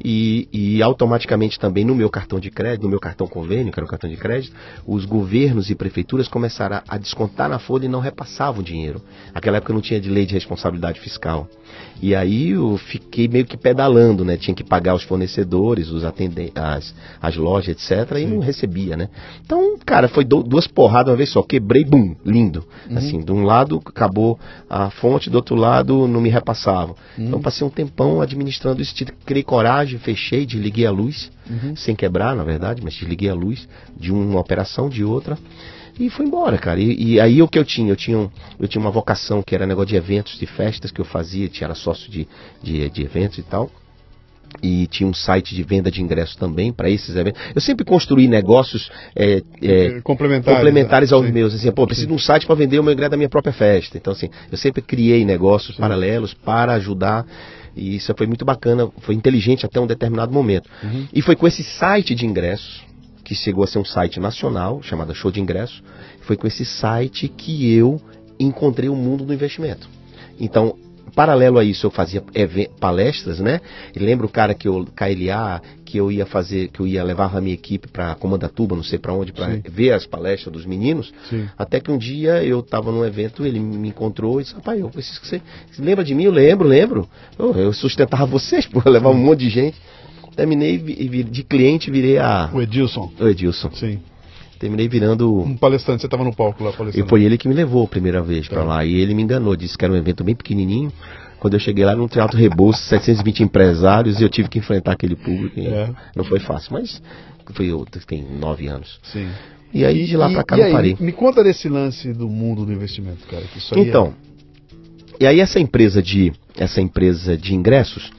E automaticamente também no meu cartão de crédito, no meu cartão convênio, que era o cartão de crédito, os governos e prefeituras começaram a descontar na folha e não repassavam o dinheiro. Naquela época não tinha de lei de responsabilidade fiscal. E aí eu fiquei meio que pedalando, né? Tinha que pagar os fornecedores, os atendentes, as lojas, etc. E não recebia, né? Então, cara, foi duas porradas uma vez só. Quebrei, bum, lindo. Assim, de um lado acabou a fonte, do outro lado não me repassavam. Então passei um tempão administrando isso, criei coragem, fechei, desliguei a luz, sem quebrar, na verdade, mas desliguei a luz de uma operação, de outra. E fui embora, cara. E aí o que eu tinha uma vocação que era negócio de eventos, de festas que eu fazia, era sócio de eventos e tal. E tinha um site de venda de ingressos também para esses eventos. Eu sempre construí negócios complementares aos meus. Assim, preciso de um site para vender o meu ingresso da minha própria festa. Então, assim, eu sempre criei negócios paralelos para ajudar. E isso foi muito bacana, foi inteligente até um determinado momento. E foi com esse site de ingressos, que chegou a ser um site nacional, chamado Show de Ingressos, foi com esse site que eu encontrei o mundo do investimento. Então, paralelo a isso, eu fazia palestras, né? E lembro o cara KLA, que eu ia levar a minha equipe para Comandatuba, não sei para onde, para ver as palestras dos meninos. Sim. Até que um dia eu estava num evento, ele me encontrou e disse: rapaz, eu preciso que você lembra de mim? Eu lembro. Eu sustentava vocês, eu levava um monte de gente. Terminei de cliente, virei o Edilson. Sim. Terminei virando um palestrante. Você estava no palco lá palestrando. E foi ele que me levou a primeira vez para lá. E ele me enganou, disse que era um evento bem pequenininho. Quando eu cheguei lá no Teatro Rebouças, 720 empresários, e eu tive que enfrentar aquele público. Não foi fácil, mas foi outro que tem 9 anos. Sim. E aí de lá para cá não parei. Me conta desse lance do mundo do investimento, cara. Que isso aí então, e aí essa empresa de ingressos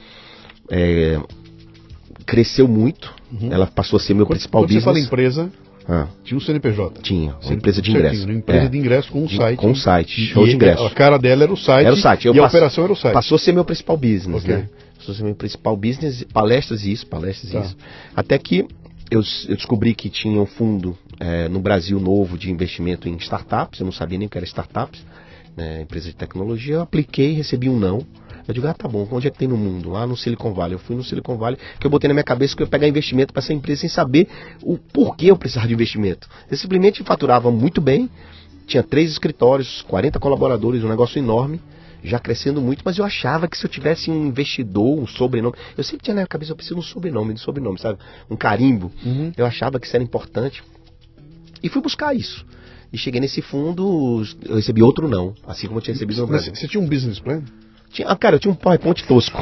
cresceu muito. Ela passou a ser meu principal business. Quando você fala empresa, tinha um CNPJ. Tinha, uma empresa de ingresso. Uma empresa de ingresso com um site. Com um site, show de ingresso. A cara dela era o site. Era o site. A operação era o site. Passou a ser meu principal business, né? Passou a ser meu principal business, palestras e isso. Até que eu descobri que tinha um fundo no Brasil novo de investimento em startups. Eu não sabia nem o que era startups, né? Empresa de tecnologia. Eu apliquei, recebi um não. Eu digo, tá bom, onde é que tem no mundo? Lá no Silicon Valley. Eu fui no Silicon Valley, que eu botei na minha cabeça que eu ia pegar investimento para essa empresa sem saber o porquê eu precisava de investimento. Eu simplesmente faturava muito bem, tinha 3 escritórios, 40 colaboradores, um negócio enorme, já crescendo muito, mas eu achava que se eu tivesse um investidor, um sobrenome, eu sempre tinha na minha cabeça, eu preciso de um sobrenome, sabe? Um carimbo. Eu achava que isso era importante. E fui buscar isso. E cheguei nesse fundo, eu recebi outro não, assim como eu tinha recebido no Brasil. Você tinha um business plan? Cara, eu tinha um PowerPoint tosco.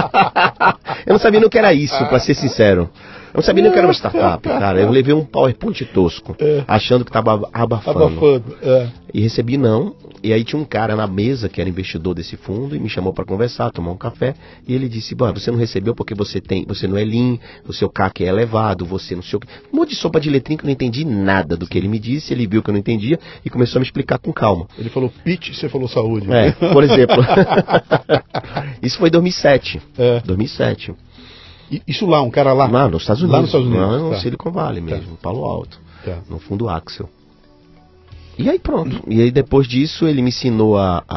Eu não sabia nem o que era isso, pra ser sincero. Eu não sabia nem o que era uma startup, cara. Eu levei um PowerPoint tosco, achando que tava abafando. E recebi não. E aí tinha um cara na mesa que era investidor desse fundo e me chamou para conversar, tomar um café. E ele disse: você não recebeu porque você não é Lean, o seu CAC é elevado, você não sei o que. Um monte de sopa de letrinha que eu não entendi nada do que ele me disse. Ele viu que eu não entendia e começou a me explicar com calma. Ele falou pitch, você falou saúde. Por exemplo. Isso foi em 2007. 2007. Isso lá, um cara lá? Lá nos Estados Unidos. Lá nos Estados Unidos. Lá no Silicon Valley mesmo, Palo Alto. No fundo Axel. E aí pronto. E aí depois disso ele me ensinou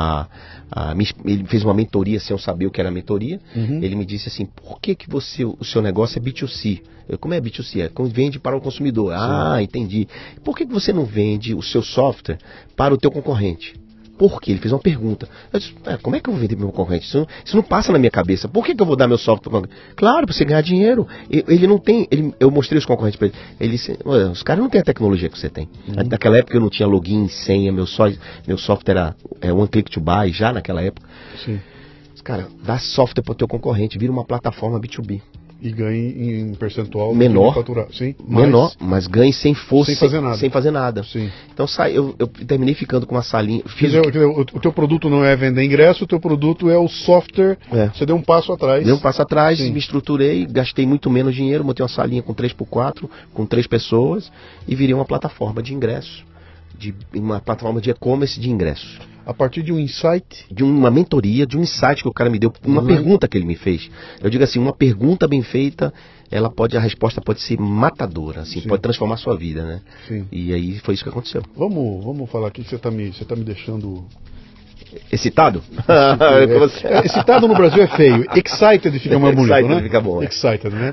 ele fez uma mentoria sem eu saber o que era mentoria. Ele me disse assim: por que o seu negócio é B2C? Como é B2C? Vende para o consumidor. Entendi. Por que você não vende o seu software para o teu concorrente? Por quê? Ele fez uma pergunta. Eu disse: como é que eu vou vender para o meu concorrente? Isso não passa na minha cabeça. Por que eu vou dar meu software para o concorrente? Claro, para você ganhar dinheiro. Ele não tem... eu mostrei os concorrentes para ele. Ele disse: os caras não têm a tecnologia que você tem. Naquela época eu não tinha login, senha, meu software era one click to buy, já naquela época. Sim. Cara, dá software para o teu concorrente, vira uma plataforma B2B. E ganhe em percentual menor, Sim, mas ganhe sem força, sem fazer nada. Sim. Então eu terminei ficando com uma salinha. O teu produto não é vender ingresso, o teu produto é o software. Você deu um passo atrás. Dei um passo atrás, me estruturei, gastei muito menos dinheiro, montei uma salinha com 3x4, com 3 pessoas e virei uma plataforma de ingressos, uma plataforma de e-commerce de ingressos. A partir de um insight? De uma mentoria, de um insight que o cara me deu, uma pergunta que ele me fez. Eu digo assim, uma pergunta bem feita, a resposta pode ser matadora, assim, pode transformar a sua vida, né? Sim. E aí foi isso que aconteceu. Vamos falar aqui que você tá me deixando... Excitado? Excitado no Brasil é feio. Excited fica mais bonito, Excited, né? Fica bom. Excited, né?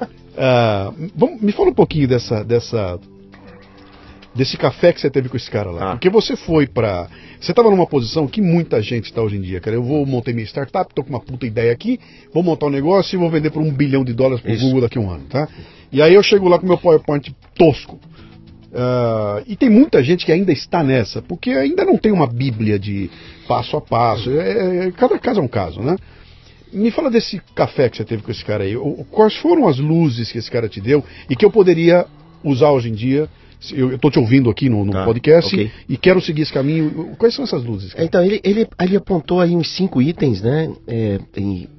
Me fala um pouquinho desse café que você teve com esse cara lá. Porque você você estava numa posição que muita gente está hoje em dia, cara. Eu montei minha startup, tô com uma puta ideia aqui, vou montar um negócio e vou vender por $1 bilhão pro Google daqui a um ano, tá? E aí eu chego lá com meu PowerPoint tosco. E tem muita gente que ainda está nessa, porque ainda não tem uma bíblia de passo a passo. Cada caso é um caso, né? Me fala desse café que você teve com esse cara aí. Quais foram as luzes que esse cara te deu e que eu poderia usar hoje em dia? Eu estou te ouvindo aqui no podcast e quero seguir esse caminho. Quais são essas luzes, cara? Então, ele apontou aí uns 5 itens, né?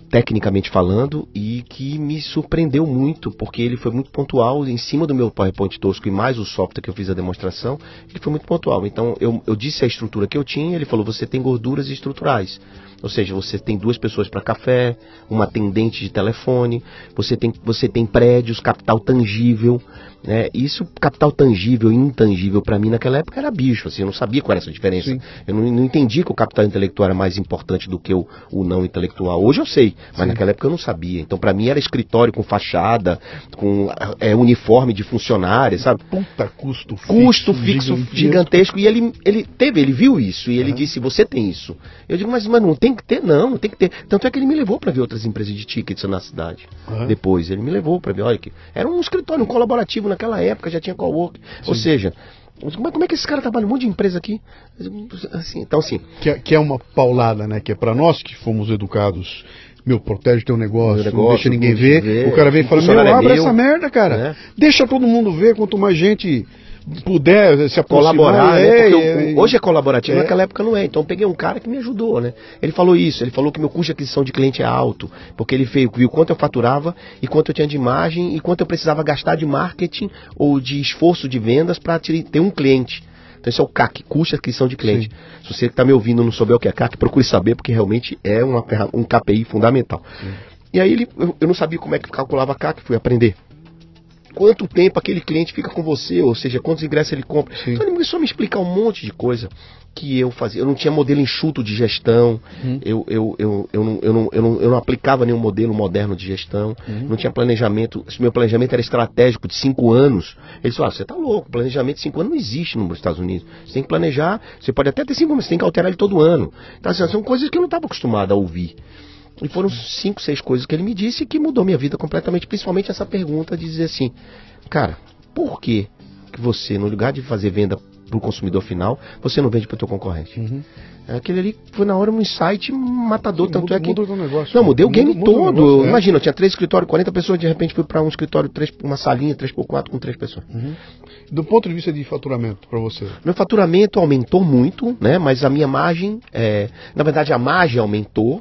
tecnicamente falando, e que me surpreendeu muito, porque ele foi muito pontual em cima do meu PowerPoint tosco e mais o software que eu fiz a demonstração, ele foi muito pontual. Então eu disse a estrutura que eu tinha, ele falou, você tem gorduras estruturais. Ou seja, você tem 2 pessoas para café, uma atendente de telefone, você tem prédios, capital tangível, né? Isso, capital tangível e intangível, para mim naquela época era bicho, assim, eu não sabia qual era essa diferença. Sim. Eu não entendi que o capital intelectual era mais importante do que o não intelectual. Hoje eu sei, mas sim, naquela época eu não sabia. Então para mim era escritório com fachada, com uniforme de funcionário, sabe? Puta, custo fixo gigantesco. E ele viu isso e ele disse, você tem isso. Eu digo, mas não tem que ter, não tem que ter. Tanto é que ele me levou para ver outras empresas de tickets na cidade. Depois ele me levou para ver, olha que era um escritório, um colaborativo naquela época, já tinha cowork. Ou seja, como é que esse cara trabalha um monte de empresa aqui? Assim, então assim. Que é uma paulada, né? Que é para nós que fomos educados. Meu, protege teu negócio, não deixa ninguém ver. O cara vem e fala, abre essa merda, cara. Deixa todo mundo ver, quanto mais gente puder se aproximar. Colaborar, né? Hoje é colaborativo, naquela época não é. Então eu peguei um cara que me ajudou, né? Ele falou isso, ele falou que meu custo de aquisição de cliente é alto, porque ele viu quanto eu faturava e quanto eu tinha de imagem e quanto eu precisava gastar de marketing ou de esforço de vendas para ter um cliente. Então isso é o CAC, custo de aquisição de cliente. Sim. Se você que está me ouvindo não souber o que é CAC, procure saber, porque realmente é um KPI fundamental. Sim. E aí eu não sabia como é que calculava CAC, fui aprender. Quanto tempo aquele cliente fica com você, ou seja, quantos ingressos ele compra. Sim. Então ele começou a me explicar um monte de coisa que eu fazia. Eu não tinha modelo enxuto de gestão, eu não aplicava nenhum modelo moderno de gestão, não tinha planejamento. Meu planejamento era estratégico de 5 anos. Ele disse, você tá louco, planejamento de 5 anos não existe nos Estados Unidos. Você tem que planejar, você pode até ter 5 anos, você tem que alterar ele todo ano. Então assim, são coisas que eu não estava acostumado a ouvir. E foram 5, 6 coisas que ele me disse que mudou minha vida completamente, principalmente essa pergunta de dizer assim, cara, por que você, no lugar de fazer venda para o consumidor final, você não vende para o teu concorrente? Aquele ali foi na hora um insight matador. Sim, tanto mudou o negócio. Não, mudei o game todo. Imagina, eu tinha 3 escritórios, 40 pessoas, de repente fui para um escritório, uma salinha 3x4 com 3 pessoas. Do ponto de vista de faturamento, para você? Meu faturamento aumentou muito, né? Mas a minha margem, na verdade a margem aumentou.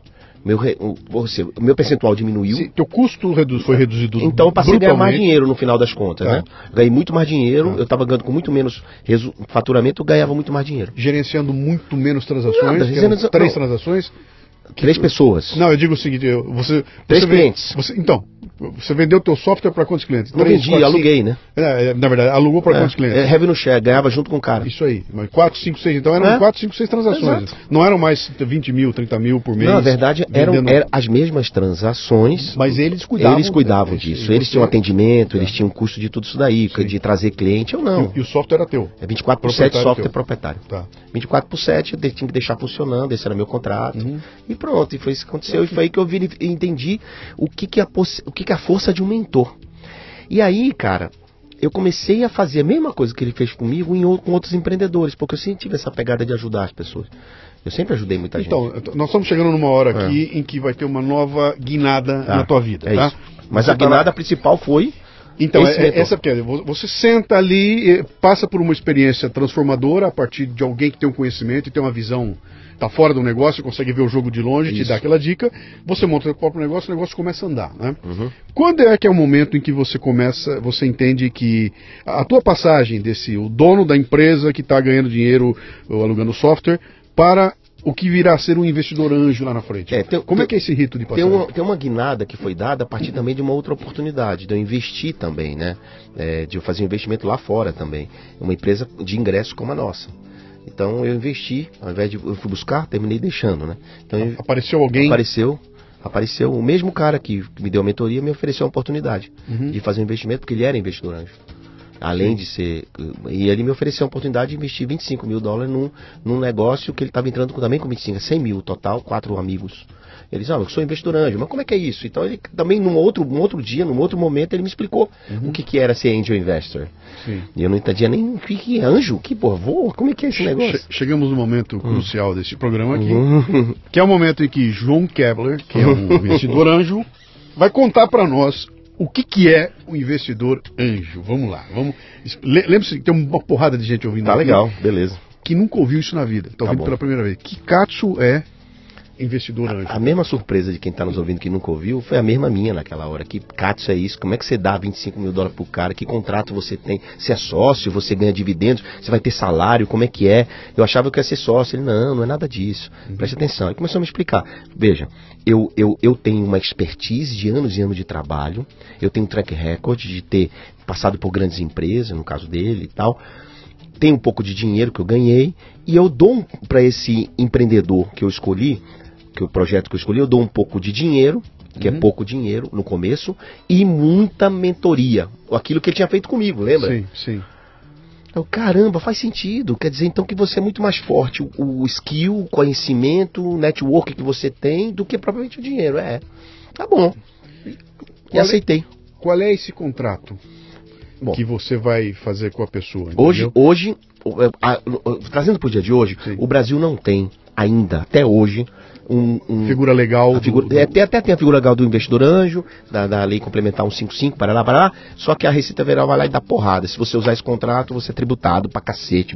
Meu percentual diminuiu. Sim, teu custo foi reduzido. Então eu passei a ganhar mais dinheiro no final das contas, né? Ganhei muito mais dinheiro, eu estava ganhando com muito menos faturamento, eu ganhava muito mais dinheiro. Gerenciando muito menos transações, 3 transações? 3 pessoas. Não, eu digo o seguinte, 3 clientes. Você vendeu o teu software para quantos clientes? Não vendi, aluguei, né? Na verdade, alugou para quantos clientes? Revenue share, ganhava junto com o cara. Isso aí, 4, 5, 6, então eram 4, 5, 6 transações. Exato. Não eram mais 20 mil, 30 mil por mês? Não, na verdade, eram as mesmas transações. Mas eles cuidavam disso. Eles tinham atendimento, eles tinham custo de tudo isso daí, de trazer cliente ou não. E o software era teu? É 24/7 software proprietário. 24/7 eu tinha que deixar funcionando, esse era meu contrato. E pronto, e foi isso que aconteceu. E foi aí que eu entendi o que é a força de um mentor. E aí, cara, eu comecei a fazer a mesma coisa que ele fez comigo com outros empreendedores, porque eu sempre tive essa pegada de ajudar as pessoas. Eu sempre ajudei muita gente. Então, nós estamos chegando numa hora aqui em que vai ter uma nova guinada na tua vida, tá? Isso. Mas a guinada principal foi... Então, essa porque você senta ali, passa por uma experiência transformadora a partir de alguém que tem um conhecimento e tem uma visão, tá fora do negócio, consegue ver o jogo de longe, te dá aquela dica, você monta o próprio negócio, o negócio começa a andar, né? Quando é que é o momento em que você entende que a tua passagem o dono da empresa que está ganhando dinheiro alugando software para o que virá a ser um investidor anjo lá na frente? Como é que é esse rito de passagem? Tem uma guinada que foi dada a partir também de uma outra oportunidade, de eu investir também, né? De eu fazer um investimento lá fora também. Uma empresa de ingresso como a nossa. Então eu investi, ao invés de eu fui buscar, terminei deixando, né? Então, apareceu alguém? Apareceu o mesmo cara que me deu a mentoria, me ofereceu a oportunidade de fazer um investimento, porque ele era investidor anjo. Além de ser... E ele me ofereceu a oportunidade de investir $25 mil num negócio que ele estava entrando também com 25, 100 mil total, 4 amigos. Ele disse, eu sou investidor anjo, mas como é que é isso? Então ele também, num outro dia, num outro momento, ele me explicou o que era ser angel investor. Sim. E eu não entendia nem o que é anjo, como é que é esse negócio? Chegamos no momento crucial desse programa aqui, que é o momento em que João Kepler, que é um investidor anjo, vai contar para nós o que é o investidor anjo. Vamos lá. Lembre-se que tem uma porrada de gente ouvindo aqui. Tá legal, beleza. Que nunca ouviu isso na vida. Está ouvindo pela primeira vez. Kikatsu é... investidor anjo? A mesma surpresa de quem está nos ouvindo que nunca ouviu foi a mesma minha naquela hora. Que Cátia, é isso? Como é que você dá 25 mil dólares pro cara? Que contrato você tem? Você é sócio? Você ganha dividendos? Você vai ter salário? Como é que é? Eu achava que eu ia ser sócio. Ele, não é nada disso. Preste atenção. Ele começou a me explicar. Veja, eu tenho uma expertise de anos e anos de trabalho. Eu tenho um track record de ter passado por grandes empresas, no caso dele e tal. Tem um pouco de dinheiro que eu ganhei e eu dou para esse empreendedor que eu escolhi, que o projeto que eu escolhi, eu dou um pouco de dinheiro, que é pouco dinheiro no começo, e muita mentoria, aquilo que ele tinha feito comigo, lembra? Sim, sim. Eu, caramba, faz sentido, quer dizer então que você é muito mais forte, o skill, o conhecimento, o network que você tem, do que propriamente o dinheiro, tá bom, e aceitei. Qual é esse contrato? Bom, que você vai fazer com a pessoa? Hoje, trazendo para o dia de hoje, sim, o Brasil não tem ainda, até hoje, figura legal. Até tem a figura legal do investidor anjo, da lei complementar 155, para lá, só que a Receita Federal vai lá e dá porrada. Se você usar esse contrato, você é tributado pra cacete,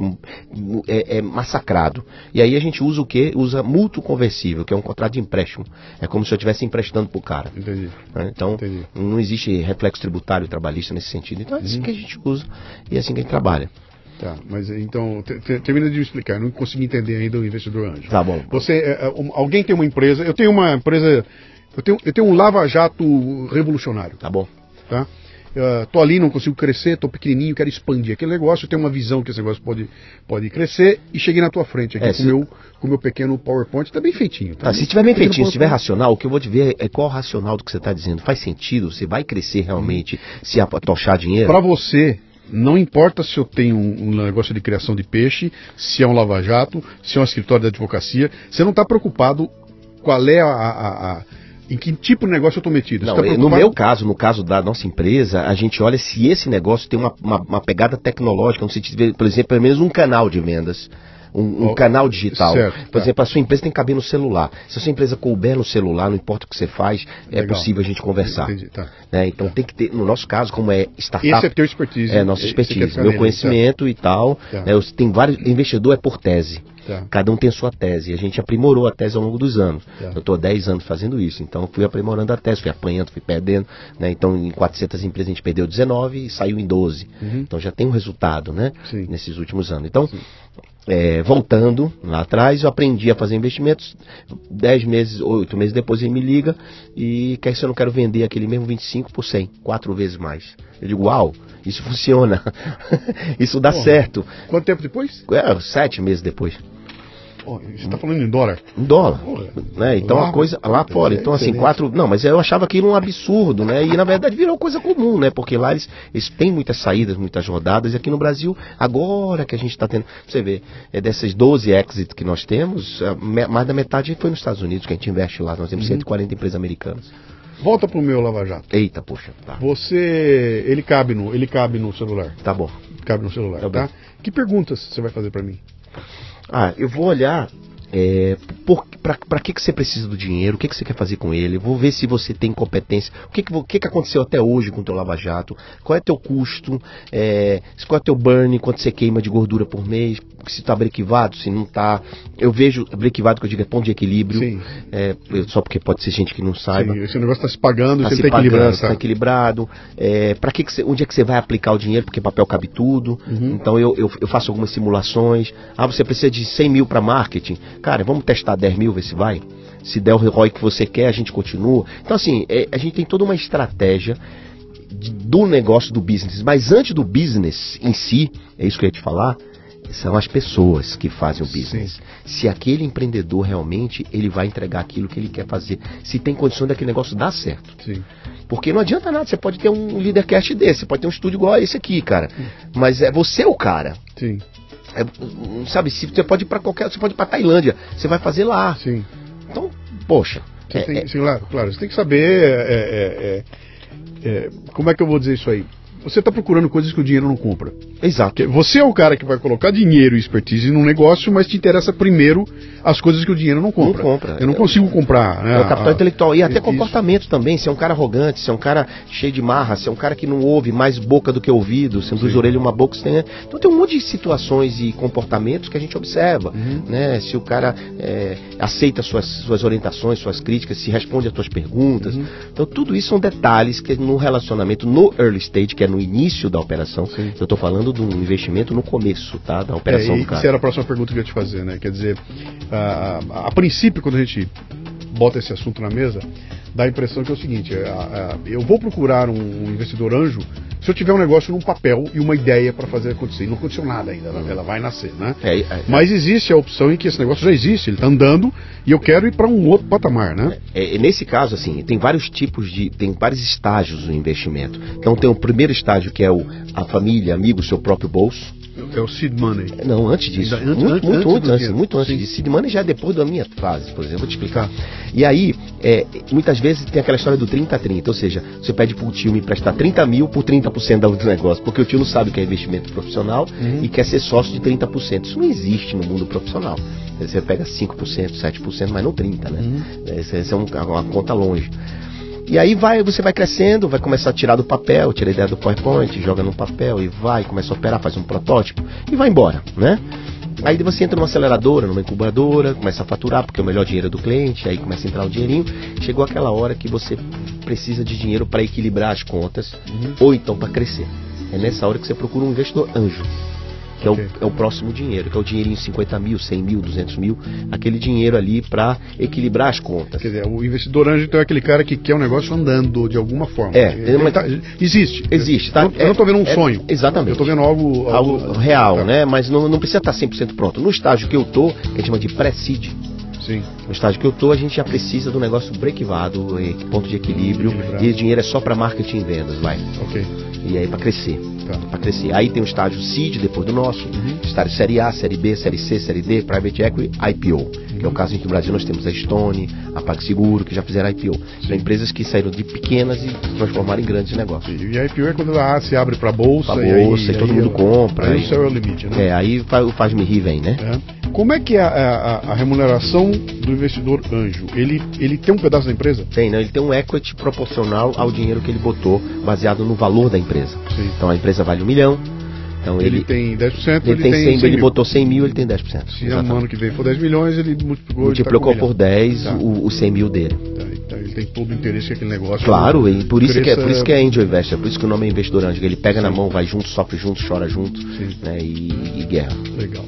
é massacrado. E aí a gente usa o quê? Usa mútuo conversível, que é um contrato de empréstimo. É como se eu estivesse emprestando pro cara. Entendi. Então, não existe reflexo tributário trabalhista nesse sentido. Então é assim que a gente usa e é assim que a gente trabalha. Tá, mas então, termina de me explicar, eu não consegui entender ainda o investidor anjo. Tá bom. Alguém tem uma empresa, eu tenho uma empresa, eu tenho um lava-jato revolucionário. Tá bom. Tá? Tô ali, não consigo crescer, tô pequenininho, quero expandir aquele negócio, eu tenho uma visão que esse negócio pode crescer e cheguei na tua frente aqui com o meu pequeno PowerPoint, tá bem feitinho. Tá se estiver bem feitinho, se estiver racional, o que eu vou te ver é qual o racional do que você está dizendo. Faz sentido? Você vai crescer realmente se atochar dinheiro? Para você, não importa se eu tenho um negócio de criação de peixe, se é um lava-jato, se é um escritório de advocacia, você não está preocupado qual é em que tipo de negócio eu estou metido. Não, no meu caso, no caso da nossa empresa, a gente olha se esse negócio tem uma pegada tecnológica, no sentido de, por exemplo, pelo menos um canal de vendas. Um canal digital. Certo, por exemplo, a sua empresa tem que caber no celular. Se a sua empresa couber no celular, não importa o que você faz, é possível a gente conversar. Entendi, tá. Então tem que ter, no nosso caso, como é startup... Esse é teu expertise. É nossa expertise, meu conhecimento e tal. Tá. Tem vários... Investidor é por tese. Tá. Cada um tem sua tese. A gente aprimorou a tese ao longo dos anos. Tá. Eu estou há 10 anos fazendo isso. Então fui aprimorando a tese, fui apanhando, fui perdendo. Né? Então em 400 empresas a gente perdeu 19 e saiu em 12. Então já tem um resultado, né? Nesses últimos anos. Então... voltando lá atrás, eu aprendi a fazer investimentos. 10 meses, 8 meses depois ele me liga e quer se eu não quero vender aquele mesmo 25 por 100, 4 vezes mais. Eu digo, uau, isso funciona. Isso dá certo. Quanto tempo depois? 7 meses depois. Você está falando em dólar? Em dólar. Né? Então a coisa lá fora. Então assim, 4. Não, mas eu achava aquilo um absurdo, né? E na verdade virou coisa comum, né? Porque lá eles têm muitas saídas, muitas rodadas. E aqui no Brasil, agora que a gente está tendo. Você vê, dessas 12 exits que nós temos, mais da metade foi nos Estados Unidos, que a gente investe lá. Nós temos 140 empresas americanas. Volta pro meu lava-jato. Eita, poxa. Tá. Ele cabe no celular. Tá bom. Cabe no celular, tá? Que perguntas você vai fazer para mim? Eu vou olhar para que você precisa do dinheiro, o que você quer fazer com ele, vou ver se você tem competência, o que aconteceu até hoje com o teu lava-jato, qual é teu custo, qual é teu burn, quanto você queima de gordura por mês, se está brequivado, se não está. Eu vejo brequivado, que eu digo, é ponto de equilíbrio. Sim. Só porque pode ser gente que não saiba. Sim, esse negócio está se pagando, você está equilibrado. Está equilibrado. Onde é que você vai aplicar o dinheiro? Porque papel cabe tudo. Então eu faço algumas simulações. Você precisa de 100 mil para marketing. Cara, vamos testar 10 mil, ver se vai. Se der o ROI que você quer, a gente continua. Então assim, a gente tem toda uma estratégia do negócio, do business. Mas antes do business em si, é isso que eu ia te falar, são as pessoas que fazem o business. Sim. Se aquele empreendedor realmente ele vai entregar aquilo que ele quer fazer, se tem condição daquele negócio dar certo. Sim. Porque não adianta nada, você pode ter um leadercast desse, você pode ter um estúdio igual a esse aqui, cara. Mas você é o cara. Sim. Sabe, você pode ir para você pode ir para Tailândia, você vai fazer lá. Sim. Então, poxa. Claro, você tem que saber como é que eu vou dizer isso aí. Você está procurando coisas que o dinheiro não compra. Exato. Porque você é o cara que vai colocar dinheiro e expertise num negócio, mas te interessa primeiro as coisas que o dinheiro não compra. Não compra. Eu não consigo comprar, né? É o capital intelectual. E até isso. comportamento também. Se é um cara arrogante, se é um cara cheio de marra, se é um cara que não ouve, mais boca do que ouvido, sendo duas orelhas e uma boca. Então tem um monte de situações e comportamentos que a gente observa. Né? Se o cara aceita suas orientações, suas críticas, se responde às suas perguntas. Então tudo isso são detalhes que no relacionamento, no early stage, que é no início da operação, eu estou falando de um investimento no começo, tá? Da operação do cara. Essa era a próxima pergunta que eu ia te fazer, né? Quer dizer, a princípio, quando a gente bota esse assunto na mesa, dá a impressão que é o seguinte, eu vou procurar um investidor anjo se eu tiver um negócio num papel e uma ideia para fazer acontecer. E não aconteceu nada ainda, ela vai nascer, né? Mas existe a opção em que esse negócio já existe, ele está andando e eu quero ir para um outro patamar, né? Nesse caso, assim, tem vários tem vários estágios do investimento. Então tem o primeiro estágio que é a família, amigo, seu próprio bolso. É o seed money. Não, antes disso. Muito antes disso. Seed money já é depois da minha fase, por exemplo. Vou te explicar. E aí, muitas vezes tem aquela história do 30-30. Ou seja, você pede pro tio me emprestar 30 mil por 30% do negócio. Porque o tio não sabe o que é investimento profissional e quer ser sócio de 30%. Isso não existe no mundo profissional. Você pega 5%, 7%, mas não 30%, né? Essa é uma conta longe. E aí você vai crescendo, vai começar a tirar do papel, tira a ideia do PowerPoint, joga no papel e começa a operar, faz um protótipo e vai embora, né? Aí você entra numa aceleradora, numa incubadora, começa a faturar, porque é o melhor dinheiro do cliente, aí começa a entrar o dinheirinho. Chegou aquela hora que você precisa de dinheiro para equilibrar as contas, ou então para crescer. É nessa hora que você procura um investidor anjo, que é o próximo dinheiro, que é o dinheirinho 50 mil, 100 mil, 200 mil, aquele dinheiro ali para equilibrar as contas. Quer dizer, o investidor anjo então é aquele cara que quer o negócio andando de alguma forma. Existe. Existe, tá? Eu não estou vendo um sonho. Exatamente. Eu estou vendo algo real, né? Mas não precisa estar 100% pronto. No estágio que eu tô, que a gente chama de pré-seed. Sim. No estágio que eu tô, a gente já precisa do negócio break-even, ponto de equilíbrio, e o dinheiro é só para marketing e vendas, Ok. E aí para crescer. Tá. Para crescer. Aí tem o estágio seed depois do nosso, estágio série A, série B, série C, série D, private equity, IPO, que é o caso em que no Brasil nós temos a Stone, a PagSeguro, que já fizeram IPO. São empresas que saíram de pequenas e se transformaram em grandes negócios. E a IPO é quando a se abre para bolsa, e todo mundo compra. Aí o céu é o limite, né? Aí faz-me rir, vem, né? Como é que é a remuneração do investidor anjo? Ele tem um pedaço da empresa? Tem, né? Ele tem um equity proporcional ao dinheiro que ele botou, baseado no valor da empresa. Sim. Então a empresa vale 1 milhão. Então ele tem 10%, ele tem 100 mil. Ele botou 100 mil, ele tem 10%. Se no ano que vem for 10 milhões, ele multiplicou por 10 os 100 mil dele. Então ele tem todo o interesse que aquele negócio. Claro, e por isso que é Angel Investor, por isso que o nome é investidor anjo. Ele pega na mão, vai junto, sofre junto, chora junto, né, e guerra. Legal.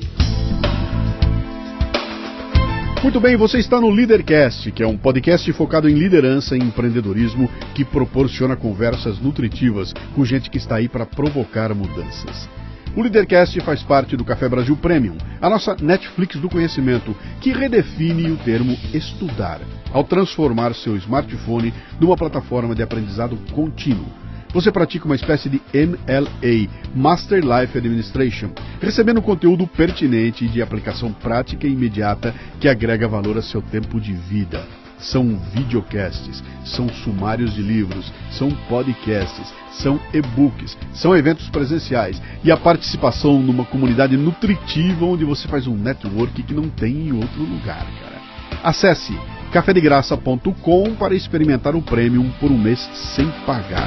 Muito bem, você está no Leadercast, que é um podcast focado em liderança e empreendedorismo que proporciona conversas nutritivas com gente que está aí para provocar mudanças. O Leadercast faz parte do Café Brasil Premium, a nossa Netflix do conhecimento, que redefine o termo estudar, ao transformar seu smartphone numa plataforma de aprendizado contínuo. Você pratica uma espécie de MLA, Master Life Administration, recebendo conteúdo pertinente e de aplicação prática e imediata que agrega valor a seu tempo de vida. São videocasts, são sumários de livros, são podcasts, são e-books, são eventos presenciais e a participação numa comunidade nutritiva onde você faz um network que não tem em outro lugar, cara. Acesse cafedegraça.com para experimentar o Premium por um mês sem pagar.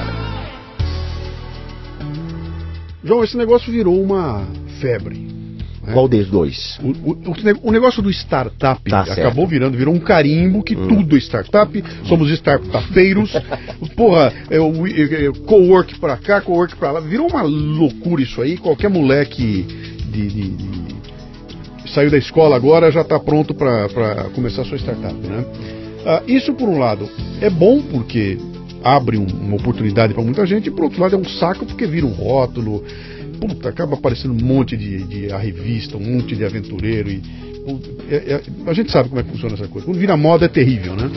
João, esse negócio virou uma febre. Né? Qual dos dois? O negócio do startup acabou virou um carimbo que tudo é startup, somos startupeiros, porra, cowork pra cá, cowork pra lá, virou uma loucura isso aí, qualquer moleque saiu da escola agora já está pronto para começar a sua startup, né? Isso por um lado é bom porque abre uma oportunidade para muita gente, e por outro lado é um saco porque vira um rótulo, acaba aparecendo um monte de revista, um monte de aventureiro e a gente sabe como é que funciona essa coisa. Quando vira moda é terrível, né?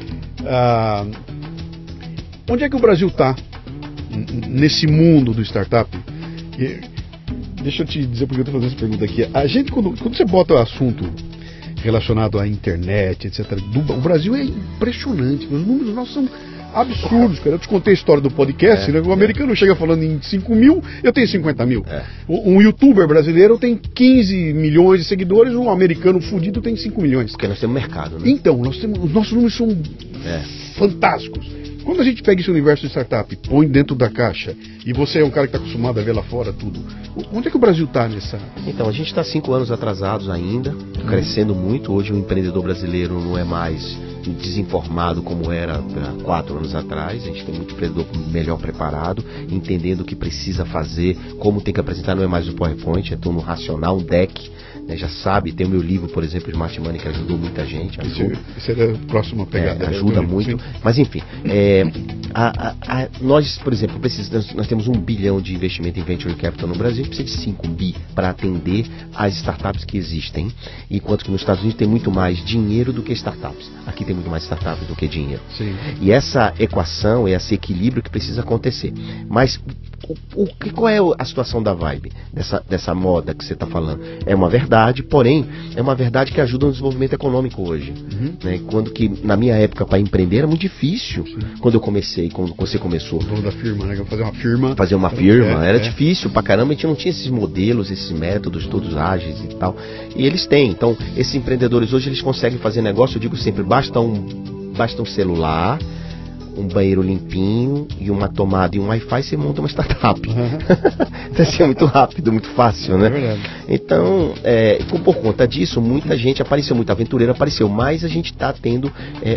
Onde é que o Brasil está nesse mundo do startup? Deixa eu te dizer porque eu estou fazendo essa pergunta aqui. A gente, quando você bota o assunto relacionado à internet, etc., o Brasil é impressionante. Os números nossos são absurdos, cara. Eu te contei a história do podcast, né? O americano chega falando em 5 mil, eu tenho 50 mil. Um youtuber brasileiro tem 15 milhões de seguidores, um americano fudido tem 5 milhões. Porque nós temos mercado, né? Então, os nossos números são fantásticos. Quando a gente pega esse universo de startup, põe dentro da caixa, e você é um cara que está acostumado a ver lá fora tudo, onde é que o Brasil está nessa? Então, a gente está 5 anos atrasados ainda, crescendo muito. Hoje o empreendedor brasileiro não é mais desinformado como era há 4 anos atrás. A gente tem muito empreendedor melhor preparado, entendendo o que precisa fazer, como tem que apresentar. Não é mais o PowerPoint, é tudo no racional, um deck, né? Já sabe. Tem o meu livro, por exemplo, Smart Money, que ajudou muita gente. Esse era a próxima pegada. Ajuda muito. Sim. Mas enfim, nós, por exemplo, nós temos 1 bilhão de investimento em Venture Capital no Brasil. A gente precisa de 5 bi para atender as startups que existem, enquanto que nos Estados Unidos tem muito mais dinheiro do que startups. Aqui tem muito mais startups do que dinheiro. Sim. E essa equação, esse equilíbrio que precisa acontecer. Mas qual é a situação da Vibe, dessa moda que você está falando? É uma verdade, porém, é uma verdade que ajuda no desenvolvimento econômico hoje. Né? Quando que, na minha época, para empreender era muito difícil. Sim. Quando eu comecei, quando você começou. O dono da firma, né? Fazer uma firma. Era difícil pra caramba, a gente não tinha esses modelos, esses métodos todos ágeis e tal. E eles têm. Então, esses empreendedores hoje, eles conseguem fazer negócio, eu digo sempre, basta um celular, um banheiro limpinho e uma tomada e um Wi-Fi, você monta uma startup. Então, assim, é muito rápido, muito fácil, né? É verdade. Então, por conta disso, muita gente apareceu, muito aventureiro apareceu, mas a gente está tendo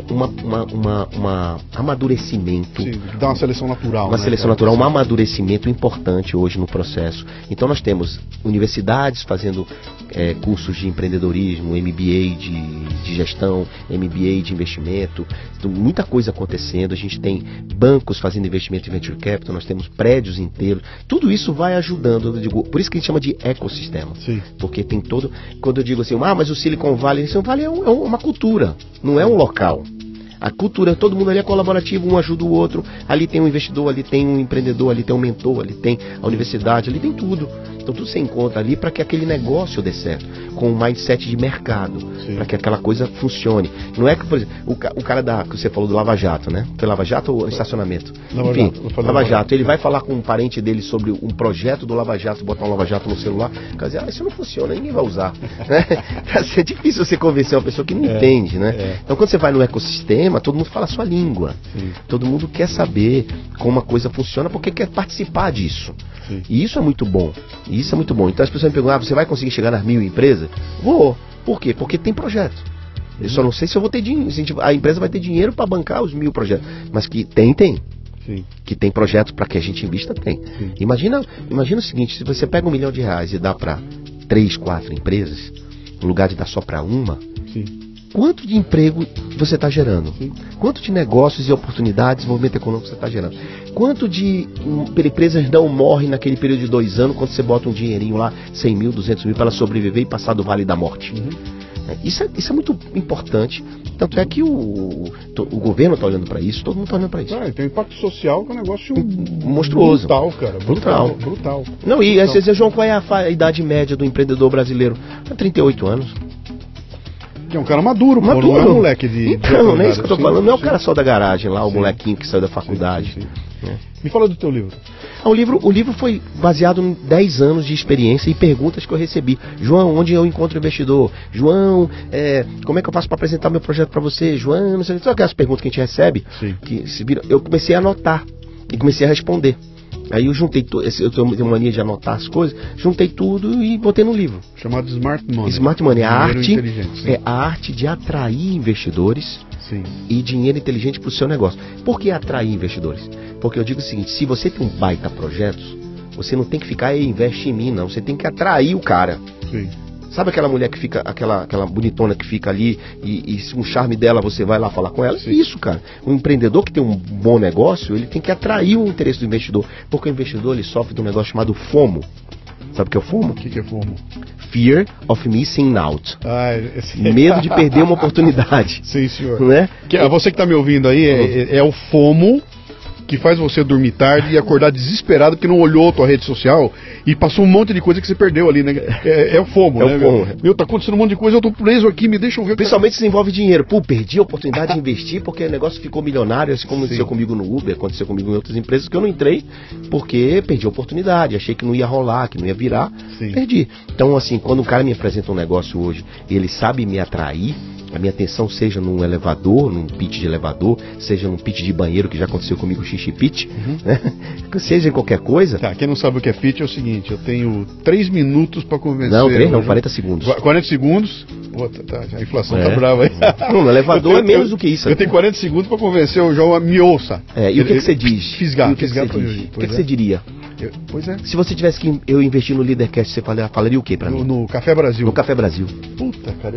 um amadurecimento. Sim, dá uma seleção natural. Uma seleção natural, um amadurecimento importante hoje no processo. Então, nós temos universidades fazendo cursos de empreendedorismo, MBA de gestão, MBA de investimento, então, muita coisa acontecendo. A gente tem bancos fazendo investimento em venture capital, nós temos prédios inteiros. Tudo isso vai ajudando, eu digo, por isso que a gente chama de ecossistema. Sim. Porque tem todo. Quando eu digo assim, mas o Silicon Valley é uma cultura, não é um local. A cultura, todo mundo ali é colaborativo, um ajuda o outro. Ali tem um investidor, ali tem um empreendedor, ali tem um mentor, ali tem a universidade, ali tem tudo. Então tudo se encontra ali para que aquele negócio dê certo, com um mindset de mercado, para que aquela coisa funcione. Não é que, por exemplo, o cara que você falou do Lava Jato, né? Foi Lava Jato ou estacionamento? Enfim, Lava Jato. Ele vai falar com um parente dele sobre um projeto do Lava Jato, botar um Lava Jato no celular, quer dizer, isso não funciona, ninguém vai usar. Né? É difícil você convencer uma pessoa que não entende, né? Então quando você vai no ecossistema, todo mundo fala a sua língua. Sim. Todo mundo quer saber como a coisa funciona porque quer participar disso. Sim. E isso é muito bom. Então as pessoas me perguntam, você vai conseguir chegar nas 1000 empresas? Vou. Por quê? Porque tem projeto. Eu só não sei se eu vou ter dinheiro. A empresa vai ter dinheiro para bancar os 1000 projetos. Mas que tem. Sim. Que tem projetos para que a gente invista, tem. Sim. Imagina o seguinte, se você pega R$1 milhão e dá para 3, 4 empresas, no lugar de dar só para uma, sim, quanto de emprego você está gerando? Sim. Quanto de negócios e oportunidades, desenvolvimento econômico você está gerando? Quanto de empresas não morrem naquele período de 2 anos quando você bota um dinheirinho lá, 100 mil, 200 mil, para ela sobreviver e passar do vale da morte? Isso é muito importante. Tanto é que o governo está olhando para isso, todo mundo está olhando para isso. Tem um impacto social que é um negócio monstruoso. Brutal, cara. Brutal. Não, e aí você diz, João, qual é a idade média do empreendedor brasileiro? 38 anos. Que é um cara maduro, pô, não é um moleque de... Então, não é isso que eu tô falando, não é o cara só da garagem lá, o molequinho que saiu da faculdade. Sim. Me fala do teu livro. O livro foi baseado em 10 anos de experiência e perguntas que eu recebi. João, onde eu encontro investidor? João, como é que eu faço para apresentar meu projeto para você? João, não sei, sabe aquelas perguntas que a gente recebe? Sim. Eu comecei a anotar e comecei a responder. Aí eu juntei eu tenho mania de anotar as coisas, juntei tudo e botei no livro. Chamado Smart Money. Smart Money, a arte de atrair investidores, sim, e dinheiro inteligente para o seu negócio. Por que atrair investidores? Porque eu digo o seguinte, se você tem um baita projeto, você não tem que ficar, investe em mim, não. Você tem que atrair o cara. Sim. Sabe aquela mulher que fica, aquela bonitona que fica ali e com o charme dela você vai lá falar com ela? Sim. Isso, cara. Um empreendedor que tem um bom negócio, ele tem que atrair o interesse do investidor. Porque o investidor, ele sofre de um negócio chamado FOMO. Sabe o que é o FOMO? O que é FOMO? Fear of Missing Out. Medo de perder uma oportunidade. Sim, senhor. Né? Você que está me ouvindo aí, é o FOMO, que faz você dormir tarde e acordar desesperado porque não olhou a tua rede social e passou um monte de coisa que você perdeu ali, né? É o FOMO, né? O FOMO. Meu, tá acontecendo um monte de coisa, eu tô preso aqui, me deixa eu ver. Principalmente se envolve dinheiro. Pô, perdi a oportunidade de investir porque o negócio ficou milionário, assim como aconteceu comigo no Uber, aconteceu comigo em outras empresas que eu não entrei porque perdi a oportunidade, achei que não ia rolar, que não ia virar, perdi. Então, assim, quando um cara me apresenta um negócio hoje e ele sabe me atrair, a minha atenção seja num elevador, num pitch de elevador, seja num pitch de banheiro, que já aconteceu comigo, xixi pitch, né? Seja em qualquer coisa. Tá, quem não sabe o que é pitch é o seguinte, eu tenho 3 minutos para convencer... Não, 3 não, 40 segundos. 40 segundos? Pô, a inflação tá brava aí. Não, no elevador é menos do que isso. Eu tenho 40 segundos para convencer o João a me ouça. E o que você diz? Fisgar. O que você diria? Pois é. Se você tivesse que eu investir no Leadercast, você falaria o que pra mim? No Café Brasil. No Café Brasil. Puta, cara,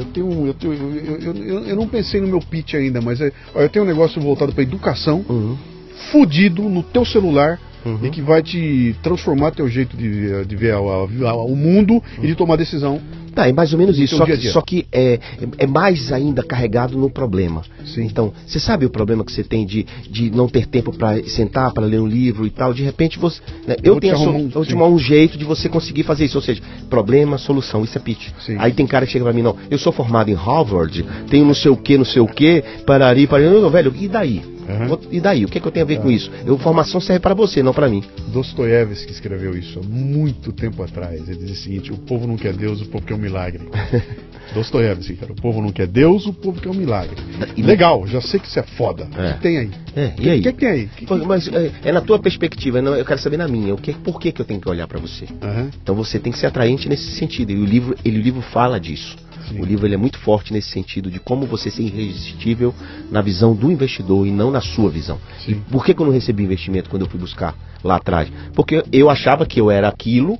eu não pensei no meu pitch ainda, mas eu tenho um negócio voltado pra educação, fudido no teu celular, e que vai te transformar teu jeito de ver o mundo e de tomar decisão. Tá, é mais ou menos isso, Dia. só que é mais ainda carregado no problema. Sim. Então, você sabe o problema que você tem de não ter tempo para sentar, para ler um livro e tal, de repente você... Né, eu vou te arrumar um jeito de você conseguir fazer isso, ou seja, problema, solução, isso é pitch. Sim. Aí tem cara que chega pra mim, não, eu sou formado em Harvard, tenho não sei o que, parari, não, velho, e daí? E daí? O que eu tenho a ver com isso? Formação serve para você, não para mim. Dostoiévski escreveu isso há muito tempo atrás. Ele diz o seguinte: o povo não quer Deus, o povo quer um milagre. Dostoiévski, cara. O povo não quer Deus, o povo quer um milagre. Legal, já sei que isso é foda. O que tem aí? E aí? O que tem aí? Mas é na tua perspectiva, eu quero saber na minha. Por que eu tenho que olhar para você? Então você tem que ser atraente nesse sentido. E o livro fala disso. Sim. O livro ele é muito forte nesse sentido de como você ser irresistível na visão do investidor e não na sua visão. E por que eu não recebi investimento quando eu fui buscar lá atrás? Porque eu achava que eu era aquilo,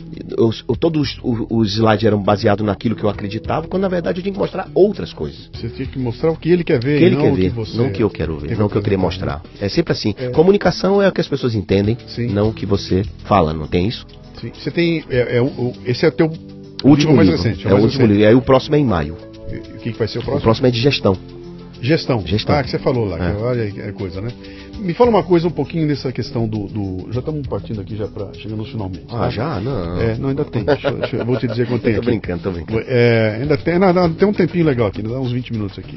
todos os slides eram baseados naquilo que eu acreditava, quando na verdade eu tinha que mostrar outras coisas. Você tinha que mostrar o que ele quer ver, não o que eu quero ver, não o que eu queria mostrar. É sempre assim. Comunicação é o que as pessoas entendem, não o que você fala, não tem isso? Sim. Você tem... esse é o teu... O último mais livro. recente. É o último livro. E aí o próximo é em maio. O que vai ser o próximo? O próximo é de gestão. Gestão. Ah, que você falou lá. Olha a coisa, né? Me fala uma coisa um pouquinho dessa questão do... Já estamos partindo aqui já para chegando finalmente. Ah, tá? Já? Não. Não, ainda tem. Eu vou te dizer quanto tem aqui. Tô brincando. Ainda tem um tempinho legal aqui, ainda dá uns 20 minutos aqui.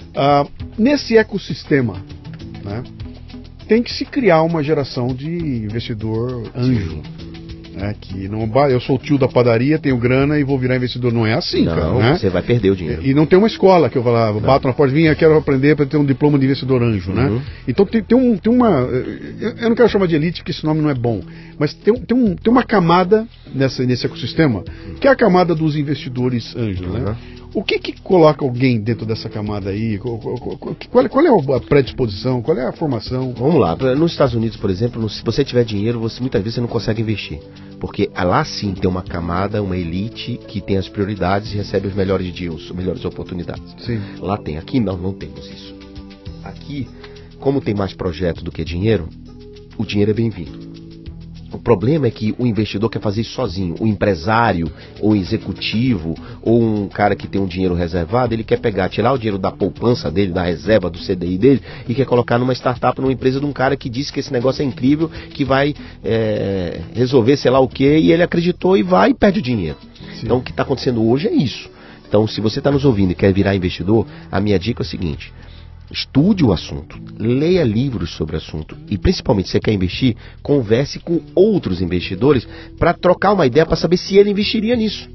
Nesse ecossistema, né, tem que se criar uma geração de investidor anjo. Que não, eu sou o tio da padaria, tenho grana e vou virar investidor. Não é assim, não, cara. Né? Você vai perder o dinheiro. E não tem uma escola que eu vou lá, bato na porta, quero aprender para ter um diploma de investidor anjo, né? Então tem uma... Eu não quero chamar de elite, porque esse nome não é bom. Mas tem uma camada nesse ecossistema, que é a camada dos investidores anjos, né? O que coloca alguém dentro dessa camada aí? Qual é a predisposição? Qual é a formação? Vamos lá. Nos Estados Unidos, por exemplo, se você tiver dinheiro, muitas vezes você não consegue investir. Porque lá sim tem uma camada, uma elite que tem as prioridades e recebe os melhores deals, as melhores oportunidades. Sim. Lá tem. Aqui não temos isso. Aqui, como tem mais projeto do que dinheiro, o dinheiro é bem-vindo. O problema é que o investidor quer fazer isso sozinho. O empresário, ou executivo, ou um cara que tem um dinheiro reservado, ele quer tirar o dinheiro da poupança dele, da reserva, do CDI dele, e quer colocar numa startup, numa empresa de um cara que disse que esse negócio é incrível, que vai resolver sei lá o que, e ele acreditou e vai e perde o dinheiro. Sim. Então o que está acontecendo hoje é isso. Então se você está nos ouvindo e quer virar investidor, a minha dica é o seguinte: estude o assunto, leia livros sobre o assunto e principalmente se você quer investir, converse com outros investidores para trocar uma ideia, para saber se ele investiria nisso.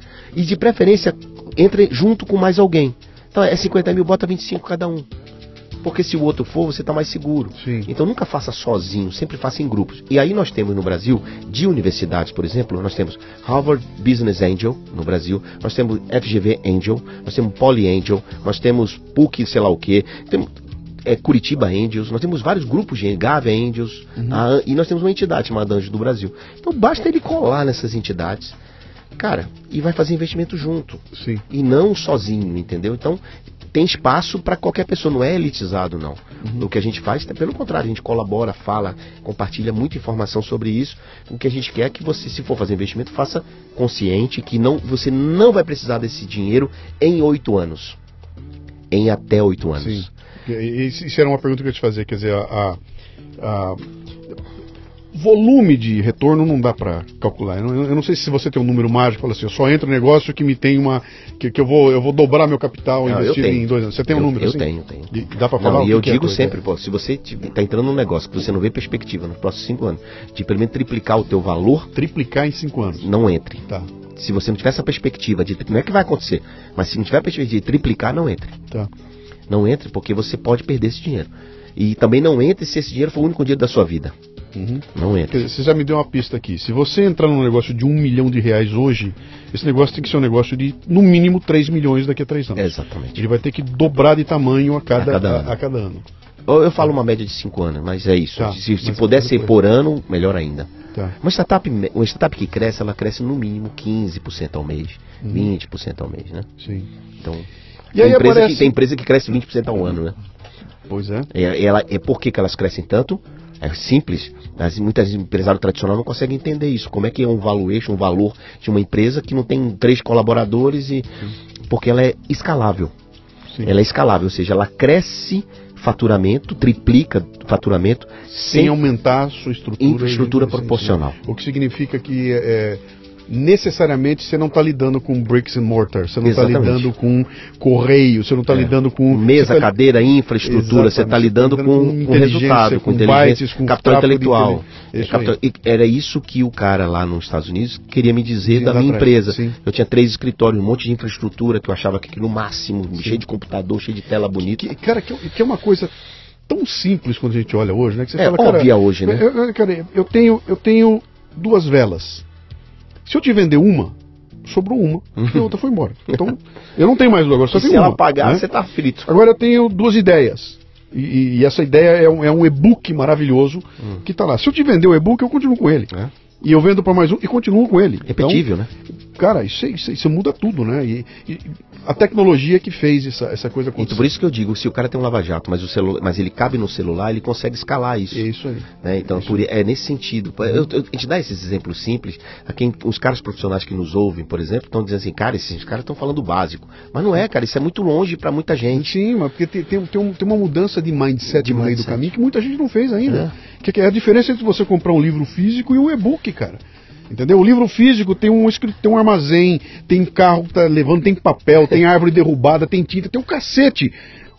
E de preferência, entre junto com mais alguém. Então é 50 mil, bota 25 cada um. Porque se o outro for, você está mais seguro. Sim. Então nunca faça sozinho, sempre faça em grupos. E aí nós temos no Brasil, de universidades, por exemplo, nós temos Harvard Business Angel no Brasil, nós temos FGV Angel, nós temos Poly Angel, nós temos PUC sei lá o que, temos Curitiba Angels, nós temos vários grupos de Gávea Angels, e nós temos uma entidade chamada Anjo do Brasil. Então basta ele colar nessas entidades, cara, e vai fazer investimento junto. Sim. E não sozinho, entendeu? Então tem espaço para qualquer pessoa, não é elitizado não. O que a gente faz, pelo contrário, a gente colabora, fala, compartilha muita informação sobre isso. O que a gente quer é que você, se for fazer investimento, faça consciente que você não vai precisar desse dinheiro em 8 anos. Em até 8 anos. Sim. Isso era uma pergunta que eu ia te fazer, quer dizer, Volume de retorno não dá para calcular. Eu não sei se você tem um número mágico, fala assim, eu só entro no negócio que me tem que eu vou dobrar meu capital investido em 2 anos. Você tem um número assim? Eu tenho. E dá para falar? Não, e eu digo sempre, pô, se você está entrando num negócio que você não vê perspectiva nos próximos 5 anos, de pelo menos triplicar o teu valor, triplicar em 5 anos. Não entre. Tá. Se você não tiver essa perspectiva não é que vai acontecer, mas se não tiver a perspectiva de triplicar, não entre. Tá. Não entre porque você pode perder esse dinheiro. E também não entre se esse dinheiro for o único dinheiro da sua vida. Uhum. Não entra. Você já me deu uma pista aqui. Se você entrar num negócio de R$1 milhão hoje, esse negócio tem que ser um negócio de, no mínimo, 3 milhões daqui a 3 anos. Exatamente. Ele vai ter que dobrar de tamanho a cada ano. Eu falo uma média de 5 anos, mas é isso. Tá, se puder ser por ano, melhor ainda. Tá. Uma startup que cresce, ela cresce no mínimo 15% ao mês, 20% ao mês, né? Sim. Então, e aí tem empresa que cresce 20% ao ano, né? Pois é. Por que elas crescem tanto? É simples. Muitas empresários tradicionais não conseguem entender isso. Como é que é um valuation, um valor de uma empresa que não tem 3 colaboradores porque ela é escalável. Sim. Ela é escalável, ou seja, ela cresce faturamento, triplica faturamento sem aumentar a sua infraestrutura proporcional. O que significa que necessariamente você não está lidando com bricks and mortar, você não está lidando com correio, você não está lidando com mesa, cadeira, infraestrutura, você está lidando com resultado, com inteligência, com capital intelectual. Era isso que o cara lá nos Estados Unidos queria me dizer da minha empresa. Sim. Eu tinha 3 escritórios, um monte de infraestrutura que eu achava que no máximo, cheio de computador, cheio de tela bonita. Que é uma coisa tão simples quando a gente olha hoje, né? Que você fala, óbvia hoje, né? Eu tenho 2 velas. Se eu te vender uma, sobrou uma, e a outra foi embora. Então, eu não tenho mais duas, agora só tenho uma. Se ela pagar, né? Você tá frito. Agora eu tenho 2 ideias. E essa ideia é um e-book maravilhoso que está lá. Se eu te vender o e-book, eu continuo com ele. E eu vendo para mais um e continuo com ele. Repetível, então, né? Cara, isso muda tudo, né? E a tecnologia que fez essa coisa acontecer. Então, por isso que eu digo, se o cara tem um lava-jato, mas ele cabe no celular, ele consegue escalar isso. É isso aí. Né? Então, é nesse sentido. A gente dá esses exemplos simples. Os caras profissionais que nos ouvem, por exemplo, estão dizendo assim, cara, esses caras estão falando básico. Mas não é, cara, isso é muito longe para muita gente. Sim, mas porque tem uma mudança de mindset no meio do caminho que muita gente não fez ainda. Que é a diferença entre você comprar um livro físico e um e-book, cara. Entendeu? O livro físico tem um armazém, tem carro que tá levando, tem papel, tem árvore derrubada, tem tinta, tem um cacete.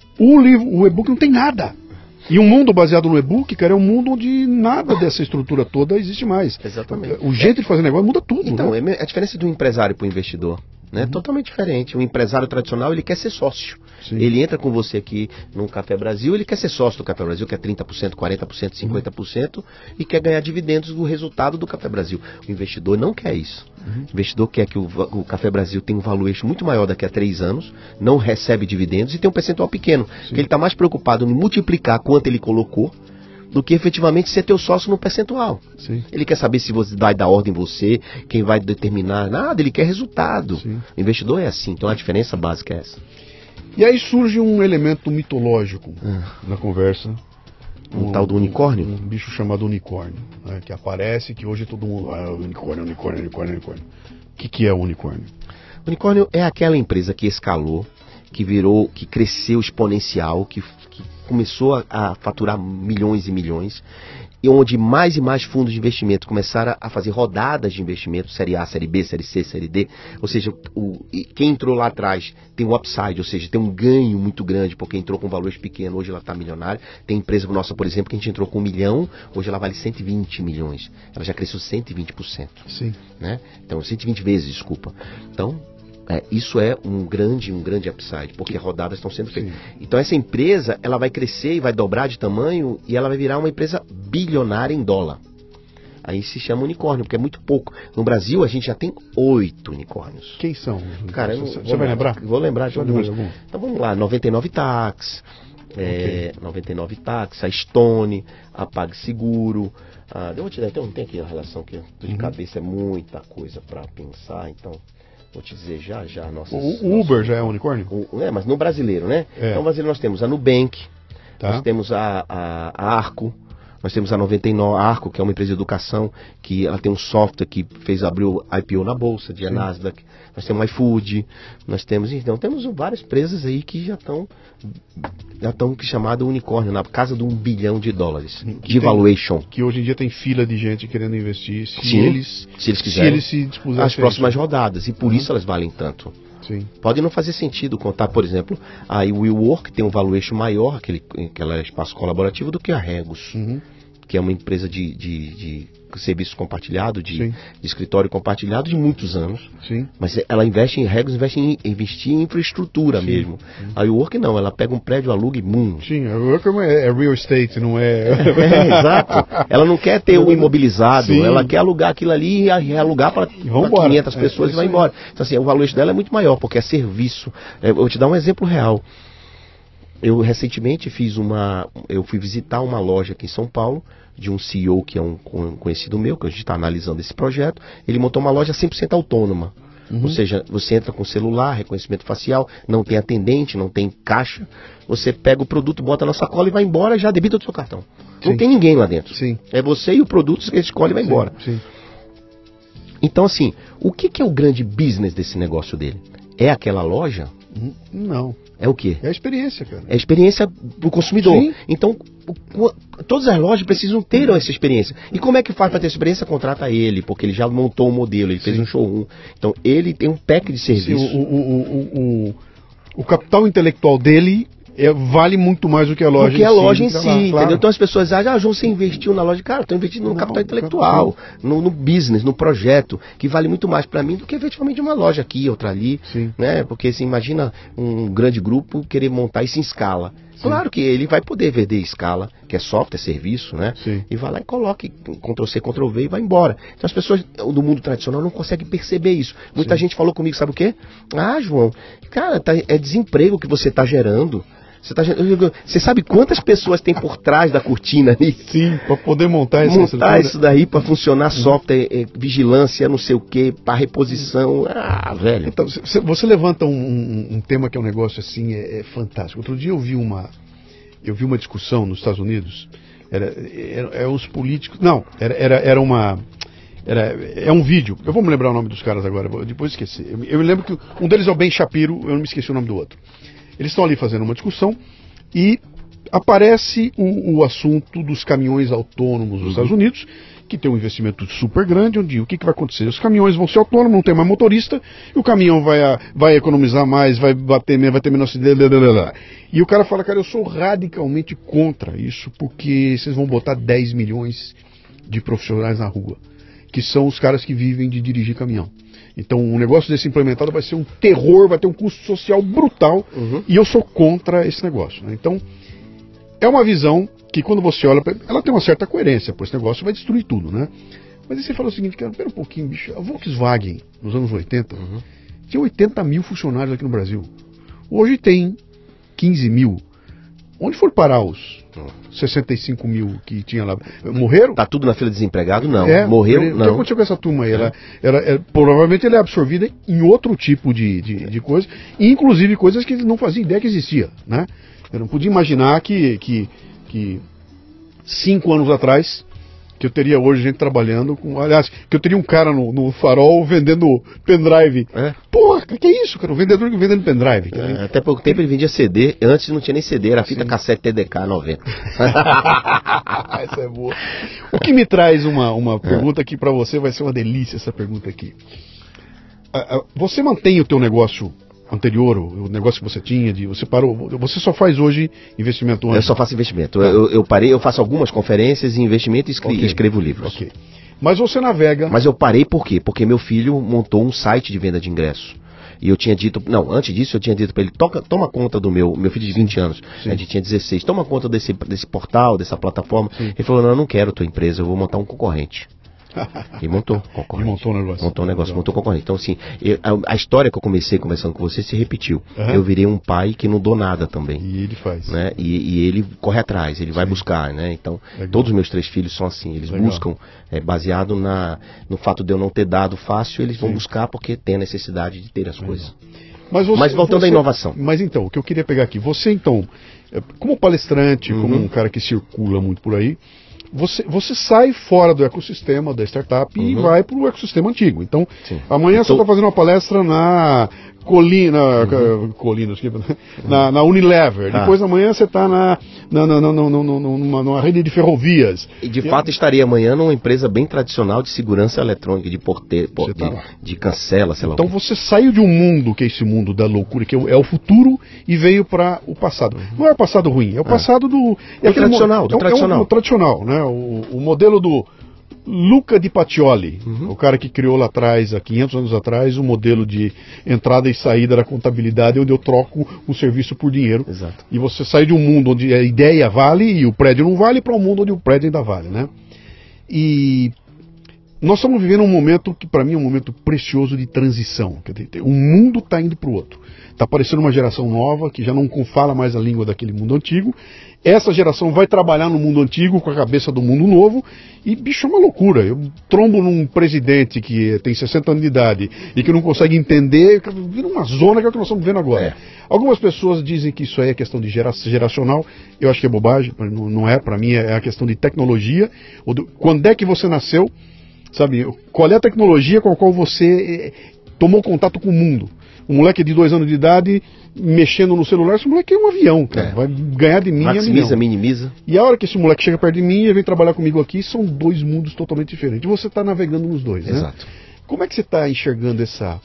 O e-book não tem nada. E um mundo baseado no e-book, cara, é um mundo onde nada dessa estrutura toda existe mais. Exatamente. O jeito de fazer negócio muda tudo. Então, né? A diferença do empresário para o investidor, né? Totalmente diferente. O empresário tradicional, ele quer ser sócio. Sim. Ele entra com você aqui no Café Brasil, ele quer ser sócio do Café Brasil, quer 30%, 40%, 50% e quer ganhar dividendos do resultado do Café Brasil. O investidor não quer isso. O investidor quer que o Café Brasil tenha um valuation muito maior daqui a 3 anos, não recebe dividendos e tem um percentual pequeno. Porque ele está mais preocupado em multiplicar quanto ele colocou do que efetivamente ser teu sócio no percentual. Sim. Ele quer saber se você vai dar ordem em você, quem vai determinar, nada, ele quer resultado. Sim. O investidor é assim, então a diferença básica é essa. E aí surge um elemento mitológico na conversa. Um tal do unicórnio? Um bicho chamado unicórnio, né, que aparece, que hoje todo mundo... unicórnio. O que é o unicórnio? O unicórnio é aquela empresa que escalou, que cresceu exponencial, que começou a faturar milhões e milhões, e onde mais e mais fundos de investimento começaram a fazer rodadas de investimento, série A, série B, série C, série D, ou seja, quem entrou lá atrás tem um upside, ou seja, tem um ganho muito grande, porque entrou com valores pequenos, hoje ela está milionária. Tem empresa nossa, por exemplo, que a gente entrou com 1 milhão, hoje ela vale 120 milhões, ela já cresceu 120%. Sim. Né? Então, 120 vezes, desculpa. Então, isso é um grande upside, porque rodadas estão sendo feitas. Sim. Então essa empresa, ela vai crescer e vai dobrar de tamanho e ela vai virar uma empresa bilionária em dólar. Aí se chama unicórnio, porque é muito pouco. No Brasil a gente já tem 8 unicórnios. Quem são? Cara, você vai lembrar? Vou lembrar de alguns. Então vamos lá, 99 Tax, Okay. 99 Tax, a Stone, a PagSeguro. Eu vou te dar, então tem aqui a relação que de cabeça é muita coisa para pensar, então... Vou te dizer já o Uber já é um unicórnio? Mas no brasileiro, né? Então no brasileiro nós temos a Nubank, tá. Nós temos a Arco, Nós temos a 99 Arco, que é uma empresa de educação, que ela tem um software que abriu IPO na bolsa, de Nasdaq. Nós temos iFood, temos várias empresas aí que já estão chamado unicórnio, na casa de $1 bilhão de valuation. Que hoje em dia tem fila de gente querendo investir, se eles quiserem, se eles se dispusessem as próximas rodadas, e por isso elas valem tanto. Sim. Pode não fazer sentido contar, por exemplo, a WeWork tem um valuation maior, aquele espaço colaborativo, do que a Regus, que é uma empresa de serviço compartilhado, de escritório compartilhado de muitos anos. Sim. Mas ela investe em investir em infraestrutura mesmo. A WeWork não, ela pega um prédio, aluga e boom. Sim, a WeWork é real estate, não é... Exato. Ela não quer ter o imobilizado, ela quer alugar aquilo ali e realugar para 500 pessoas e vai embora. Então assim, o valor dela é muito maior, porque é serviço. Eu vou te dar um exemplo real. Eu recentemente eu fui visitar uma loja aqui em São Paulo, de um CEO que é um conhecido meu, que a gente está analisando esse projeto. Ele montou uma loja 100% autônoma. Ou seja, você entra com celular, reconhecimento facial, não tem atendente, não tem caixa. Você pega o produto, bota na sacola e vai embora e já debita o seu cartão. Não tem ninguém lá dentro. Sim. É você e o produto que você escolhe e vai embora. Sim. Então assim, o que é o grande business desse negócio dele? É aquela loja? Não. É o quê? É a experiência, cara. É a experiência para o consumidor. Sim. Então, todas as lojas precisam ter essa experiência. E como é que faz para ter experiência? Contrata ele, porque ele já montou um modelo, ele fez um showroom. Então, ele tem um pack de serviço. O capital intelectual dele vale muito mais do que a loja em si. Do que a loja em si, claro. entendeu? Então as pessoas acham, João, você investiu na loja. Cara, eu estou investindo no capital intelectual, no business, no projeto, que vale muito mais para mim do que efetivamente uma loja aqui, outra ali. Sim. Né? Porque você imagina um grande grupo querer montar isso em escala. Sim. Claro que ele vai poder vender escala, que é software, serviço, né? Sim. E vai lá e coloca Ctrl+C, Ctrl+V e vai embora. Então as pessoas do mundo tradicional não conseguem perceber isso. Muita gente falou comigo, sabe o quê? Ah, João, cara, é desemprego que você está gerando. Você sabe quantas pessoas tem por trás da cortina ali? Sim, para poder montar isso daí, para funcionar software, vigilância, não sei o que, para reposição. Ah, velho. Então, você levanta um tema que é um negócio assim, é fantástico. Outro dia eu vi uma discussão nos Estados Unidos, era os políticos, não, é um vídeo, eu vou me lembrar o nome dos caras agora, depois esqueci. Eu me lembro que um deles é o Ben Shapiro, eu não me esqueci o nome do outro. Eles estão ali fazendo uma discussão e aparece o assunto dos caminhões autônomos dos Estados Unidos, que tem um investimento super grande, onde o que vai acontecer? Os caminhões vão ser autônomos, não tem mais motorista, e o caminhão vai economizar mais, vai ter menos acidente, E o cara fala, cara, eu sou radicalmente contra isso, porque vocês vão botar 10 milhões de profissionais na rua, que são os caras que vivem de dirigir caminhão. Então um negócio desse implementado vai ser um terror, vai ter um custo social brutal, e eu sou contra esse negócio. Né? Então é uma visão que quando você olha, ela tem uma certa coerência, pois esse negócio vai destruir tudo, né? Mas aí você fala o seguinte, cara, pera um pouquinho, bicho, a Volkswagen, nos anos 80, tinha 80 mil funcionários aqui no Brasil. Hoje tem 15 mil. Onde foram parar os 65 mil que tinha lá? Morreram? Tá tudo na fila de desempregado? Não. Morreu? Não. O que Não. aconteceu com essa turma aí? Provavelmente ela é absorvida em outro tipo de coisa, inclusive coisas que eles não faziam ideia que existia, né? Eu não podia imaginar que 5 anos atrás, que eu teria hoje gente trabalhando com... Aliás, que eu teria um cara no farol vendendo pendrive. Porra, que é isso, cara? O vendedor vendendo pendrive. Até pouco tempo ele vendia CD, antes não tinha nem CD, era fita cassete TDK 90. Essa é boa. O que me traz uma pergunta que para você vai ser uma delícia, essa pergunta aqui. Você mantém o teu negócio anterior, o negócio que você tinha, você parou, você só faz hoje investimento antes? Eu só faço investimento. Eu parei, eu faço algumas conferências em investimento e escrevo livros. Ok. Mas você navega... Mas eu parei por quê? Porque meu filho montou um site de venda de ingresso. E eu tinha dito, não, antes disso eu tinha dito para ele, toma conta do meu filho de 20 anos, a gente tinha 16, toma conta desse portal, dessa plataforma. Sim. Ele falou, não, eu não quero a tua empresa, eu vou montar um concorrente. E montou concorrente. E montou um negócio. Montou um negócio, montou concorrente. Então, assim, a história que eu comecei conversando com você se repetiu. Eu virei um pai que não dou nada também. E ele faz. Né? E ele corre atrás, ele vai buscar, né? Então, todos os meus 3 filhos são assim. Eles buscam, baseado no fato de eu não ter dado fácil, eles vão buscar porque tem a necessidade de ter as coisas. Mas voltando à inovação. Mas então, o que eu queria pegar aqui, você então, como palestrante, como um cara que circula muito por aí, você sai fora do ecossistema da startup e vai para o ecossistema antigo. Então, amanhã você está fazendo uma palestra na na Unilever. Depois amanhã você está numa rede de ferrovias. E de fato estaria amanhã numa empresa bem tradicional de segurança eletrônica, de de cancela, sei lá. Então você saiu de um mundo, que é esse mundo da loucura, que é o futuro, e veio para o passado. Não é o passado ruim, é o passado do... É tradicional, o tradicional, né? O modelo do Luca Di Pacioli, o cara que criou lá atrás, há 500 anos atrás, o modelo de entrada e saída da contabilidade, onde eu troco o serviço por dinheiro. Exato. E você sai de um mundo onde a ideia vale e o prédio não vale, para um mundo onde o prédio ainda vale, né? E nós estamos vivendo um momento que para mim é um momento precioso de transição. O mundo está indo para o outro. Está aparecendo uma geração nova que já não fala mais a língua daquele mundo antigo. Essa geração vai trabalhar no mundo antigo com a cabeça do mundo novo. E, bicho, é uma loucura. Eu trombo num presidente que tem 60 anos de idade e que não consegue entender. Vira uma zona que é o que nós estamos vendo agora. Algumas pessoas dizem que isso aí é questão de geracional. Eu acho que é bobagem. Não é. Para mim é a questão de tecnologia. Quando é que você nasceu? Sabe, qual é a tecnologia com a qual você tomou contato com o mundo? Um moleque de 2 anos de idade mexendo no celular, esse moleque é um avião, cara. Vai ganhar de mim. Maximiza, minimiza. E a hora que esse moleque chega perto de mim e vem trabalhar comigo aqui, são 2 mundos totalmente diferentes. E você está navegando nos dois, né? Exato. Como é que você está enxergando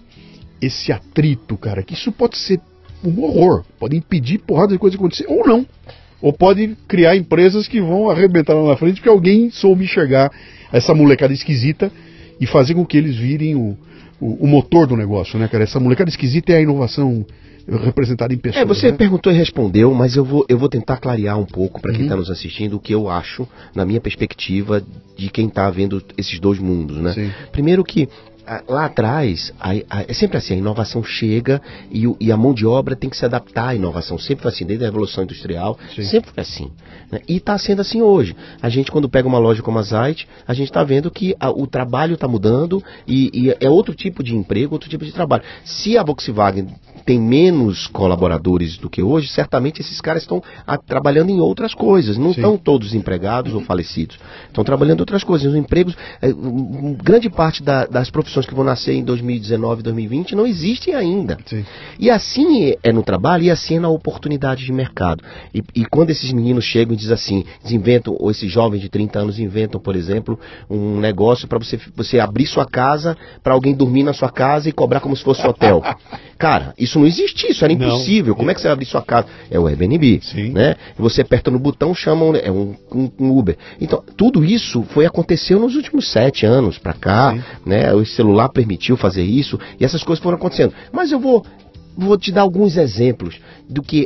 esse atrito, cara? Que isso pode ser um horror, pode impedir porrada de coisa acontecer, ou não. Ou pode criar empresas que vão arrebentar lá na frente porque alguém soube enxergar essa molecada esquisita e fazer com que eles virem o motor do negócio, né, cara? Essa molecada esquisita é a inovação representada em pessoas. Você né? perguntou e respondeu, mas eu vou tentar clarear um pouco para quem está nos assistindo o que eu acho, na minha perspectiva, de quem está vendo esses 2 mundos, né? Sim. Primeiro que lá atrás, é sempre assim, a inovação chega e a mão de obra tem que se adaptar à inovação. Sempre foi assim, desde a Revolução Industrial, sempre foi assim. Né? E está sendo assim hoje. A gente, quando pega uma loja como a Zait, a gente está vendo que o trabalho está mudando e é outro tipo de emprego, outro tipo de trabalho. Se a Volkswagen tem menos colaboradores do que hoje, certamente esses caras estão trabalhando em outras coisas. Não estão todos empregados ou falecidos. Estão trabalhando em outras coisas. Os empregos, grande parte das profissões que vão nascer em 2019, 2020 não existem ainda. Sim. E assim é no trabalho e assim é na oportunidade de mercado. E quando esses meninos chegam e dizem assim, inventam, ou esses jovens de 30 anos inventam, por exemplo, um negócio para você abrir sua casa, para alguém dormir na sua casa e cobrar como se fosse um hotel. Cara, isso não existe, isso era impossível. Como é que você vai abrir sua casa? É o Airbnb, né? Você aperta no botão, chamam, é um Uber. Então, tudo isso aconteceu nos últimos 7 anos para cá, né? O celular permitiu fazer isso e essas coisas foram acontecendo. Mas eu vou te dar alguns exemplos do que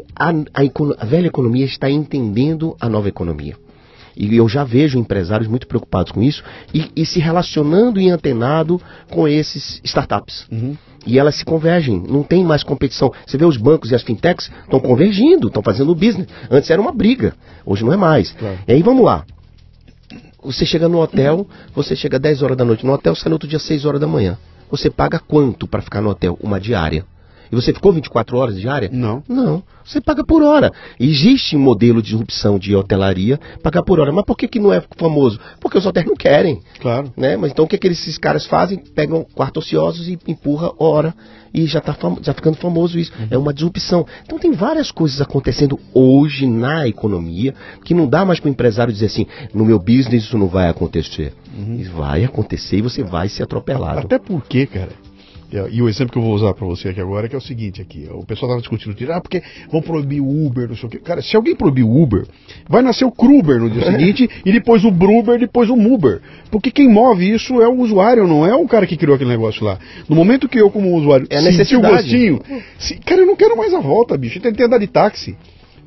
a velha economia está entendendo a nova economia. E eu já vejo empresários muito preocupados com isso e se relacionando e antenado com esses startups. E elas se convergem, não tem mais competição. Você vê os bancos e as fintechs estão convergindo, estão fazendo business. Antes era uma briga, hoje não é mais. Claro. E aí vamos lá. Você chega no hotel, você chega 10 horas da noite no hotel, sai no outro dia 6 horas da manhã. Você paga quanto para ficar no hotel? Uma diária. E você ficou 24 horas diária? Não. Não. Você paga por hora. Existe um modelo de disrupção de hotelaria, pagar por hora. Mas por que não é famoso? Porque os hotéis não querem. Claro. Né? Mas então o que esses caras fazem? Pegam quartos ociosos e empurra hora. E já ficando famoso isso. É uma disrupção. Então tem várias coisas acontecendo hoje na economia que não dá mais para o empresário dizer assim, no meu business isso não vai acontecer. Vai acontecer e você vai ser atropelado. Até porque, cara, e o exemplo que eu vou usar para você aqui agora é que é o seguinte aqui, o pessoal estava discutindo, porque vão proibir o Uber, não sei o quê. Cara, se alguém proibir o Uber, vai nascer o Kruber no dia seguinte, e depois o Bruber, depois o Muber. Porque quem move isso é o usuário, não é o cara que criou aquele negócio lá. No momento que eu, como usuário, senti o gostinho, cara, eu não quero mais a volta, bicho, eu tentei andar de táxi.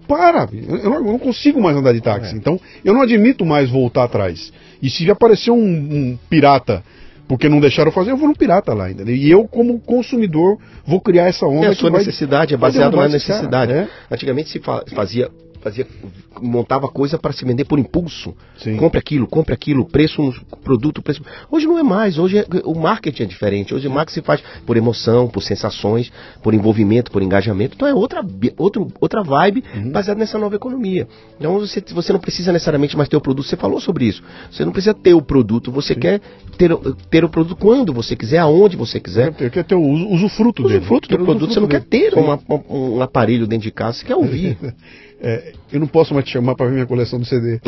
Eu não consigo mais andar de táxi. Então, eu não admito mais voltar atrás. E se aparecer um pirata porque não deixaram fazer, eu vou no pirata lá ainda. E eu, como consumidor, vou criar essa onda. A sua necessidade é baseada na necessidade. Cara, Antigamente se fazia montava coisa para se vender por impulso. Sim. Compre aquilo, preço, produto, preço. Hoje não é mais, hoje o marketing é diferente. Hoje o marketing se faz por emoção, por sensações, por envolvimento, por engajamento. Então é outra vibe baseada nessa nova economia. Então você não precisa necessariamente mais ter o produto, você falou sobre isso. Você não precisa ter o produto, você quer ter o produto quando você quiser, aonde você quiser. Quer ter o usufruto dele. Usufruto do produto, você não quer ter um aparelho dentro de casa, você quer ouvir. Eu não posso mais te chamar para ver minha coleção de CD.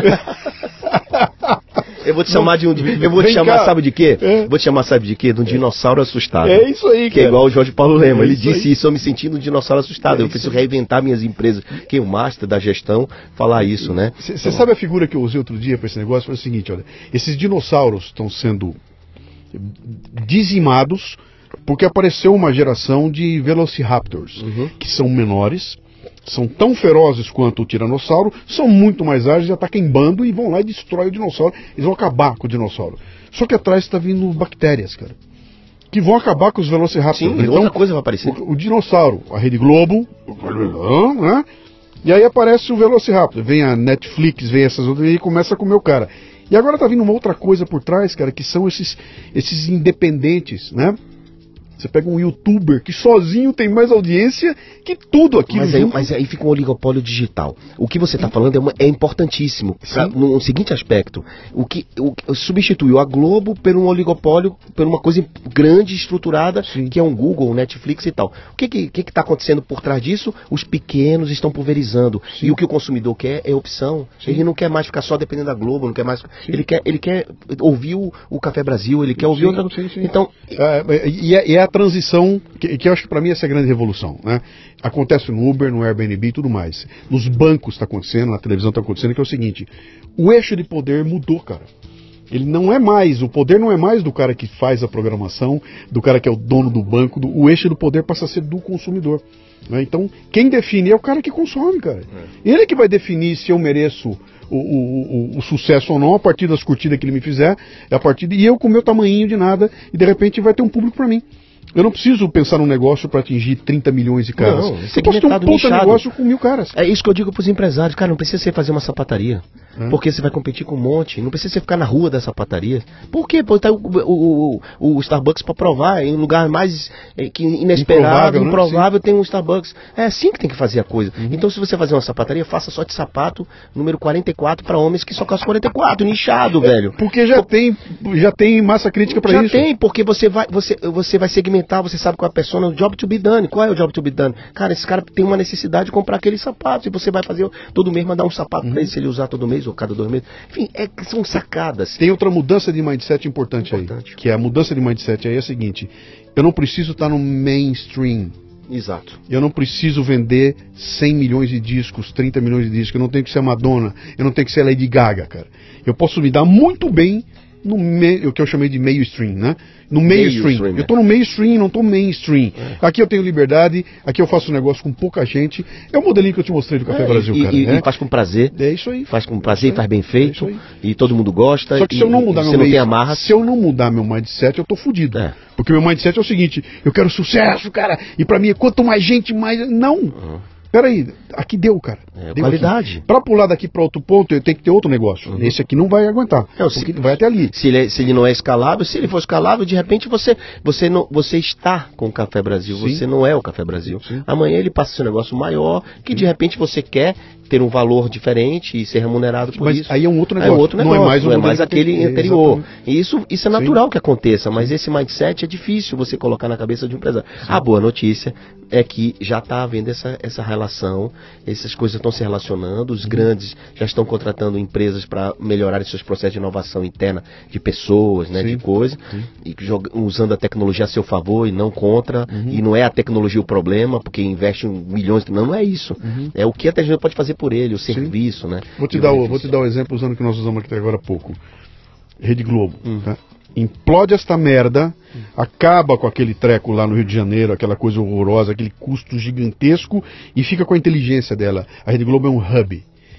Eu vou te chamar sabe de quê? Vou te chamar, sabe de quê? De um dinossauro assustado. É isso aí, cara. Que é igual o Jorge Paulo Lema. Ele disse isso, eu me sentindo um dinossauro assustado. Eu preciso reinventar minhas empresas. Quem é o master da gestão falar isso, né? Você sabe a figura que eu usei outro dia para esse negócio? Foi o seguinte, olha. Esses dinossauros estão sendo dizimados porque apareceu uma geração de Velociraptors, que são menores, são tão ferozes quanto o tiranossauro, são muito mais ágeis, atacam em bando e vão lá e destroem o dinossauro. Eles vão acabar com o dinossauro. Só que atrás está vindo bactérias, cara, que vão acabar com os Velociraptors. Sim, então, outra coisa vai aparecer. O dinossauro, a Rede Globo, né? E aí aparece o Velociraptor. Vem a Netflix, vem essas outras e começa a comer o cara. E agora tá vindo uma outra coisa por trás, cara, que são esses independentes, né? Você pega um youtuber que sozinho tem mais audiência que tudo aquilo. Mas aí fica um oligopólio digital. O que você está falando é importantíssimo. No seguinte aspecto, o que substituiu a Globo por um oligopólio, por uma coisa grande, estruturada, que é um Google, um Netflix e tal. O que está acontecendo por trás disso? Os pequenos estão pulverizando. E o que o consumidor quer é opção. Ele não quer mais ficar só dependendo da Globo, não quer mais. Ele quer ouvir o Café Brasil, ele quer ouvir outra coisa. Então, é a transição, que eu acho que para mim essa é a grande revolução, né? Acontece no Uber, no Airbnb e tudo mais. Nos bancos está acontecendo, na televisão está acontecendo, que é o seguinte: o eixo de poder mudou, cara. Ele não é mais, o poder não é mais do cara que faz a programação, do cara que é o dono do banco, o eixo do poder passa a ser do consumidor, né? Então, quem define é o cara que consome, cara. Ele é que vai definir se eu mereço o sucesso ou não, a partir das curtidas que ele me fizer, e eu com o meu tamanhinho de nada, e de repente vai ter um público para mim. Eu não preciso pensar num negócio para atingir 30 milhões de caras. Não, eu posso ter um puta negócio com 1000 caras. É isso que eu digo pros empresários. Cara, não precisa você fazer uma sapataria. Porque você vai competir com um monte. Não precisa você ficar na rua da sapataria. Por quê? Porque tá o Starbucks para provar. Em um lugar mais inesperado, improvável, tem um Starbucks. É assim que tem que fazer a coisa. Então, se você fazer uma sapataria, faça só de sapato número 44 para homens que só calçam 44. Nichado, velho. Porque já tem massa crítica para isso. Já tem, porque você vai segmentar. Você sabe qual é a persona, o job to be done. Qual é o job to be done? Cara, esse cara tem uma necessidade de comprar aquele sapato. E você vai fazer todo mês, mandar um sapato pra ele, se ele usar todo mês ou cada 2 meses. Enfim, são sacadas. Tem outra mudança de mindset importante aí. Que é a mudança de mindset aí é a seguinte: eu não preciso estar no mainstream. Exato. Eu não preciso vender 100 milhões de discos, 30 milhões de discos. Eu não tenho que ser a Madonna. Eu não tenho que ser a Lady Gaga, cara. Eu posso me dar muito bem o que eu chamei de mainstream, né? No mainstream. Eu tô no mainstream, não tô mainstream. Aqui eu tenho liberdade, aqui eu faço um negócio com pouca gente. É o modelinho que eu te mostrei do Café Brasil, cara. E faz com prazer. É isso aí. Faz com prazer, faz bem feito. E todo mundo gosta. Só que se eu não mudar se eu não mudar meu mindset, eu tô fudido. Porque meu mindset é o seguinte: eu quero sucesso, cara. E pra mim, quanto mais gente, mais. Não. Peraí, aqui deu, cara. Deu qualidade. Para pular daqui para outro ponto, eu tenho que ter outro negócio. Esse aqui não vai aguentar. Porque vai até ali. Se ele não é escalável, se ele for escalável, de repente você está com o Café Brasil. Sim. Você não é o Café Brasil. Sim. Amanhã ele passa a ser um negócio maior, que de repente você quer ter um valor diferente e ser remunerado por isso. Mas aí é um outro negócio. Não é mais aquele anterior. E isso é natural que aconteça, mas esse mindset é difícil você colocar na cabeça de um empresário. A boa notícia é que já está havendo essa relação, essas coisas estão se relacionando, os grandes já estão contratando empresas para melhorarem seus processos de inovação interna de pessoas, né, de coisas, e usando a tecnologia a seu favor e não contra, e não é a tecnologia o problema, porque investe milhões, não é isso. É o que a tecnologia pode fazer por ele, o serviço, né? Vou te dar o exemplo usando o que nós usamos aqui agora há pouco. Rede Globo, tá? Implode esta merda, acaba com aquele treco lá no Rio de Janeiro, aquela coisa horrorosa, aquele custo gigantesco, e fica com a inteligência dela. A Rede Globo é um hub.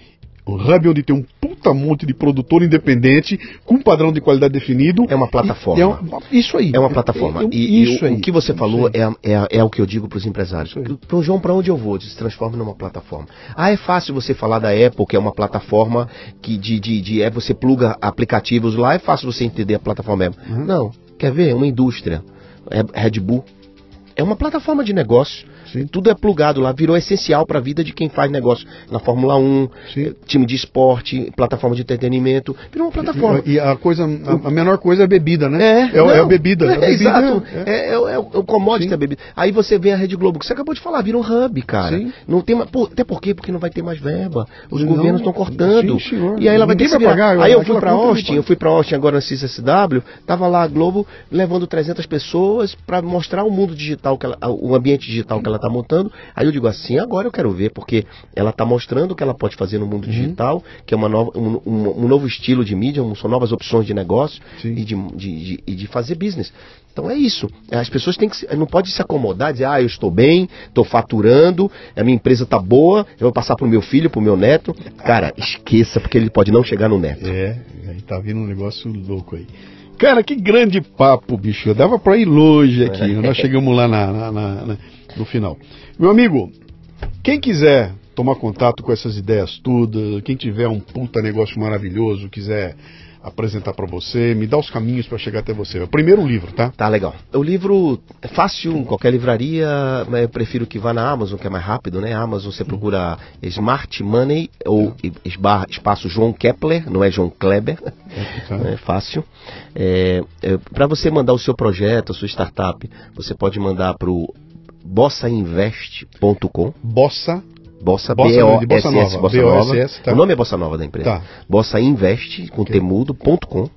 O Hub, onde tem um puta monte de produtor independente, com um padrão de qualidade definido. É uma plataforma. Isso aí. É uma plataforma. O que você falou é o que eu digo para os empresários. João, para onde eu vou? Se transforma numa plataforma. É fácil você falar da Apple, que é uma plataforma que você pluga aplicativos lá, é fácil você entender a plataforma Apple. Não. Quer ver? Uma indústria. Red Bull. É uma plataforma de negócio. Sim. Tudo é plugado lá, virou essencial para a vida de quem faz negócio na Fórmula 1, time de esporte, plataforma de entretenimento, virou uma plataforma. E a menor coisa é a bebida, né? É a bebida. Exato. É o commodity da bebida. Aí você vê a Rede Globo, que você acabou de falar, virou um hub, cara. Sim. Não tem mais, até por quê? Porque não vai ter mais verba. Os governos estão cortando. Sim, e aí ela vai ter que pagar. Aí eu fui para Austin, agora na CISSW, tava lá a Globo levando 300 pessoas para mostrar o mundo digital, o ambiente digital que ela está montando. Aí eu digo assim, agora eu quero ver, porque ela está mostrando o que ela pode fazer no mundo digital, que é um novo estilo de mídia, são novas opções de negócio e de fazer business. Então é isso. As pessoas não podem se acomodar, dizer, eu estou bem, estou faturando, a minha empresa está boa, eu vou passar para o meu filho, para o meu neto. Cara, esqueça, porque ele pode não chegar no neto. Aí tá vindo um negócio louco aí. Cara, que grande papo, bicho. Dava pra ir longe aqui. Nós chegamos lá no final. Meu amigo, quem quiser tomar contato com essas ideias todas, quem tiver um puta negócio maravilhoso, quiser apresentar pra você, me dá os caminhos pra chegar até você. É o primeiro livro, tá? Tá, legal. O livro é fácil, em qualquer livraria, mas eu prefiro que vá na Amazon, que é mais rápido, né? Amazon você procura Smart Money ou espaço João Kepler, não é João Kleber. É fácil. Para você mandar o seu projeto, a sua startup, você pode mandar pro bossainvest.com. Bossa Bossa B-O-S-S, Bossa Nova. Tá. O nome é Bossa Nova da empresa. Tá. Bossainvest, com temudo.com,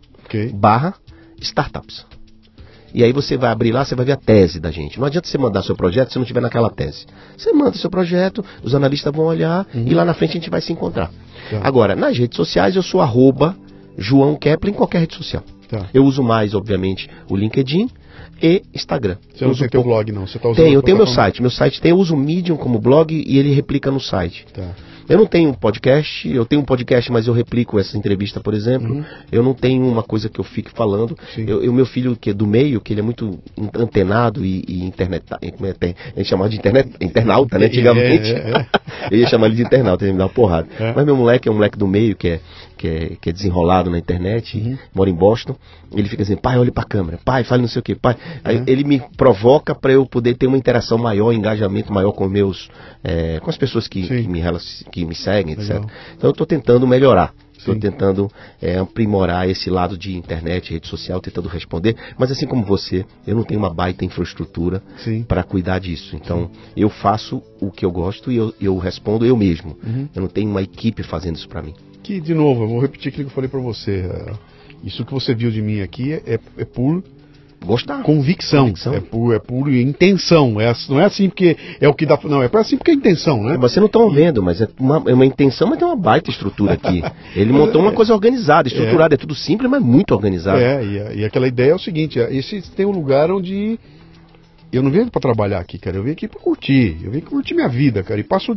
/startups. E aí você vai abrir lá, você vai ver a tese da gente. Não adianta você mandar seu projeto se não tiver naquela tese. Você manda seu projeto, os analistas vão olhar e lá na frente a gente vai se encontrar. Tá. Agora, nas redes sociais eu sou @João Kepler em qualquer rede social. Tá. Eu uso mais, obviamente, o LinkedIn e Instagram. Você não usa teu blog, não? Você tá usando eu tenho meu site. Meu site eu uso o Medium como blog e ele replica no site. Tá. Eu não tenho podcast, eu tenho um podcast, mas eu replico essa entrevista, por exemplo. Eu não tenho uma coisa que eu fique falando. O meu filho, que é do meio, que ele é muito antenado e internet, a gente chamava de internauta, né, antigamente. Eu ia chamar ele de internauta, ele me dá uma porrada. Mas meu moleque é um moleque do meio, que é desenrolado na internet, mora em Boston. Ele fica assim, pai, olhe pra câmera, pai, fale não sei o que, pai. Aí ele me provoca para eu poder ter uma interação maior, um engajamento maior com com as pessoas que me seguem, etc. Legal. Então eu estou tentando melhorar. Estou tentando aprimorar esse lado de internet, rede social, tentando responder. Mas assim como você, eu não tenho uma baita infraestrutura para cuidar disso. Então, eu faço o que eu gosto e eu respondo eu mesmo. Eu não tenho uma equipe fazendo isso para mim. Que, de novo, eu vou repetir aquilo que eu falei para você. Isso que você viu de mim aqui é por gostar. Convicção. É por intenção. Não é assim porque é o que dá. Não, é assim porque é intenção, né? Você não está vendo, mas é uma intenção, mas tem uma baita estrutura aqui. Ele montou uma coisa organizada, estruturada. É tudo simples, mas muito organizado. E aquela ideia é o seguinte: esse tem um lugar onde eu não venho para trabalhar aqui, cara. Eu venho aqui para curtir. Eu venho curtir minha vida, cara. E passo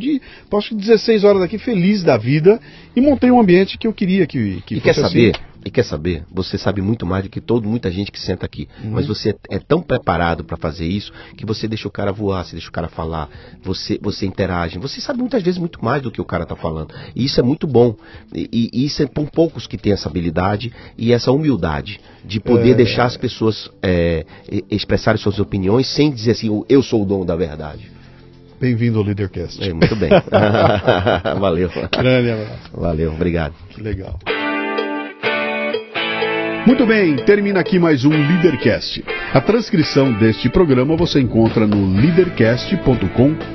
16 horas aqui feliz da vida e montei um ambiente que eu queria que fosse quer saber? Assim. E quer saber? Você sabe muito mais do que muita gente que senta aqui. Mas você é tão preparado para fazer isso que você deixa o cara voar, você deixa o cara falar, você interage. Você sabe muitas vezes muito mais do que o cara está falando. E isso é muito bom. E isso é por poucos que têm essa habilidade e essa humildade de poder deixar as pessoas expressarem suas opiniões sem dizer assim, eu sou o dono da verdade. Bem-vindo ao Leadercast. Muito bem. Valeu. Grande abraço. Valeu, obrigado. Que legal. Muito bem, termina aqui mais um Leadercast. A transcrição deste programa você encontra no leadercast.com.br.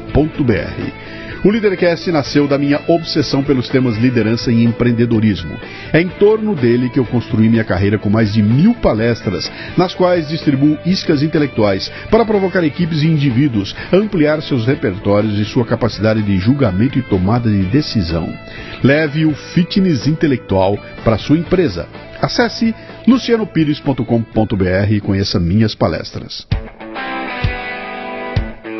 O Leadercast nasceu da minha obsessão pelos temas liderança e empreendedorismo. É em torno dele que eu construí minha carreira com mais de 1000 palestras, nas quais distribuo iscas intelectuais para provocar equipes e indivíduos a ampliar seus repertórios e sua capacidade de julgamento e tomada de decisão. Leve o fitness intelectual para sua empresa. Acesse lucianopires.com.br e conheça minhas palestras.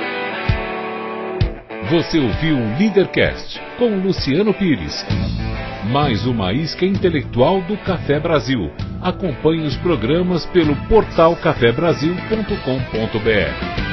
Você ouviu o Leadercast com Luciano Pires. mais uma isca intelectual do Café Brasil. Acompanhe os programas pelo portal cafebrasil.com.br.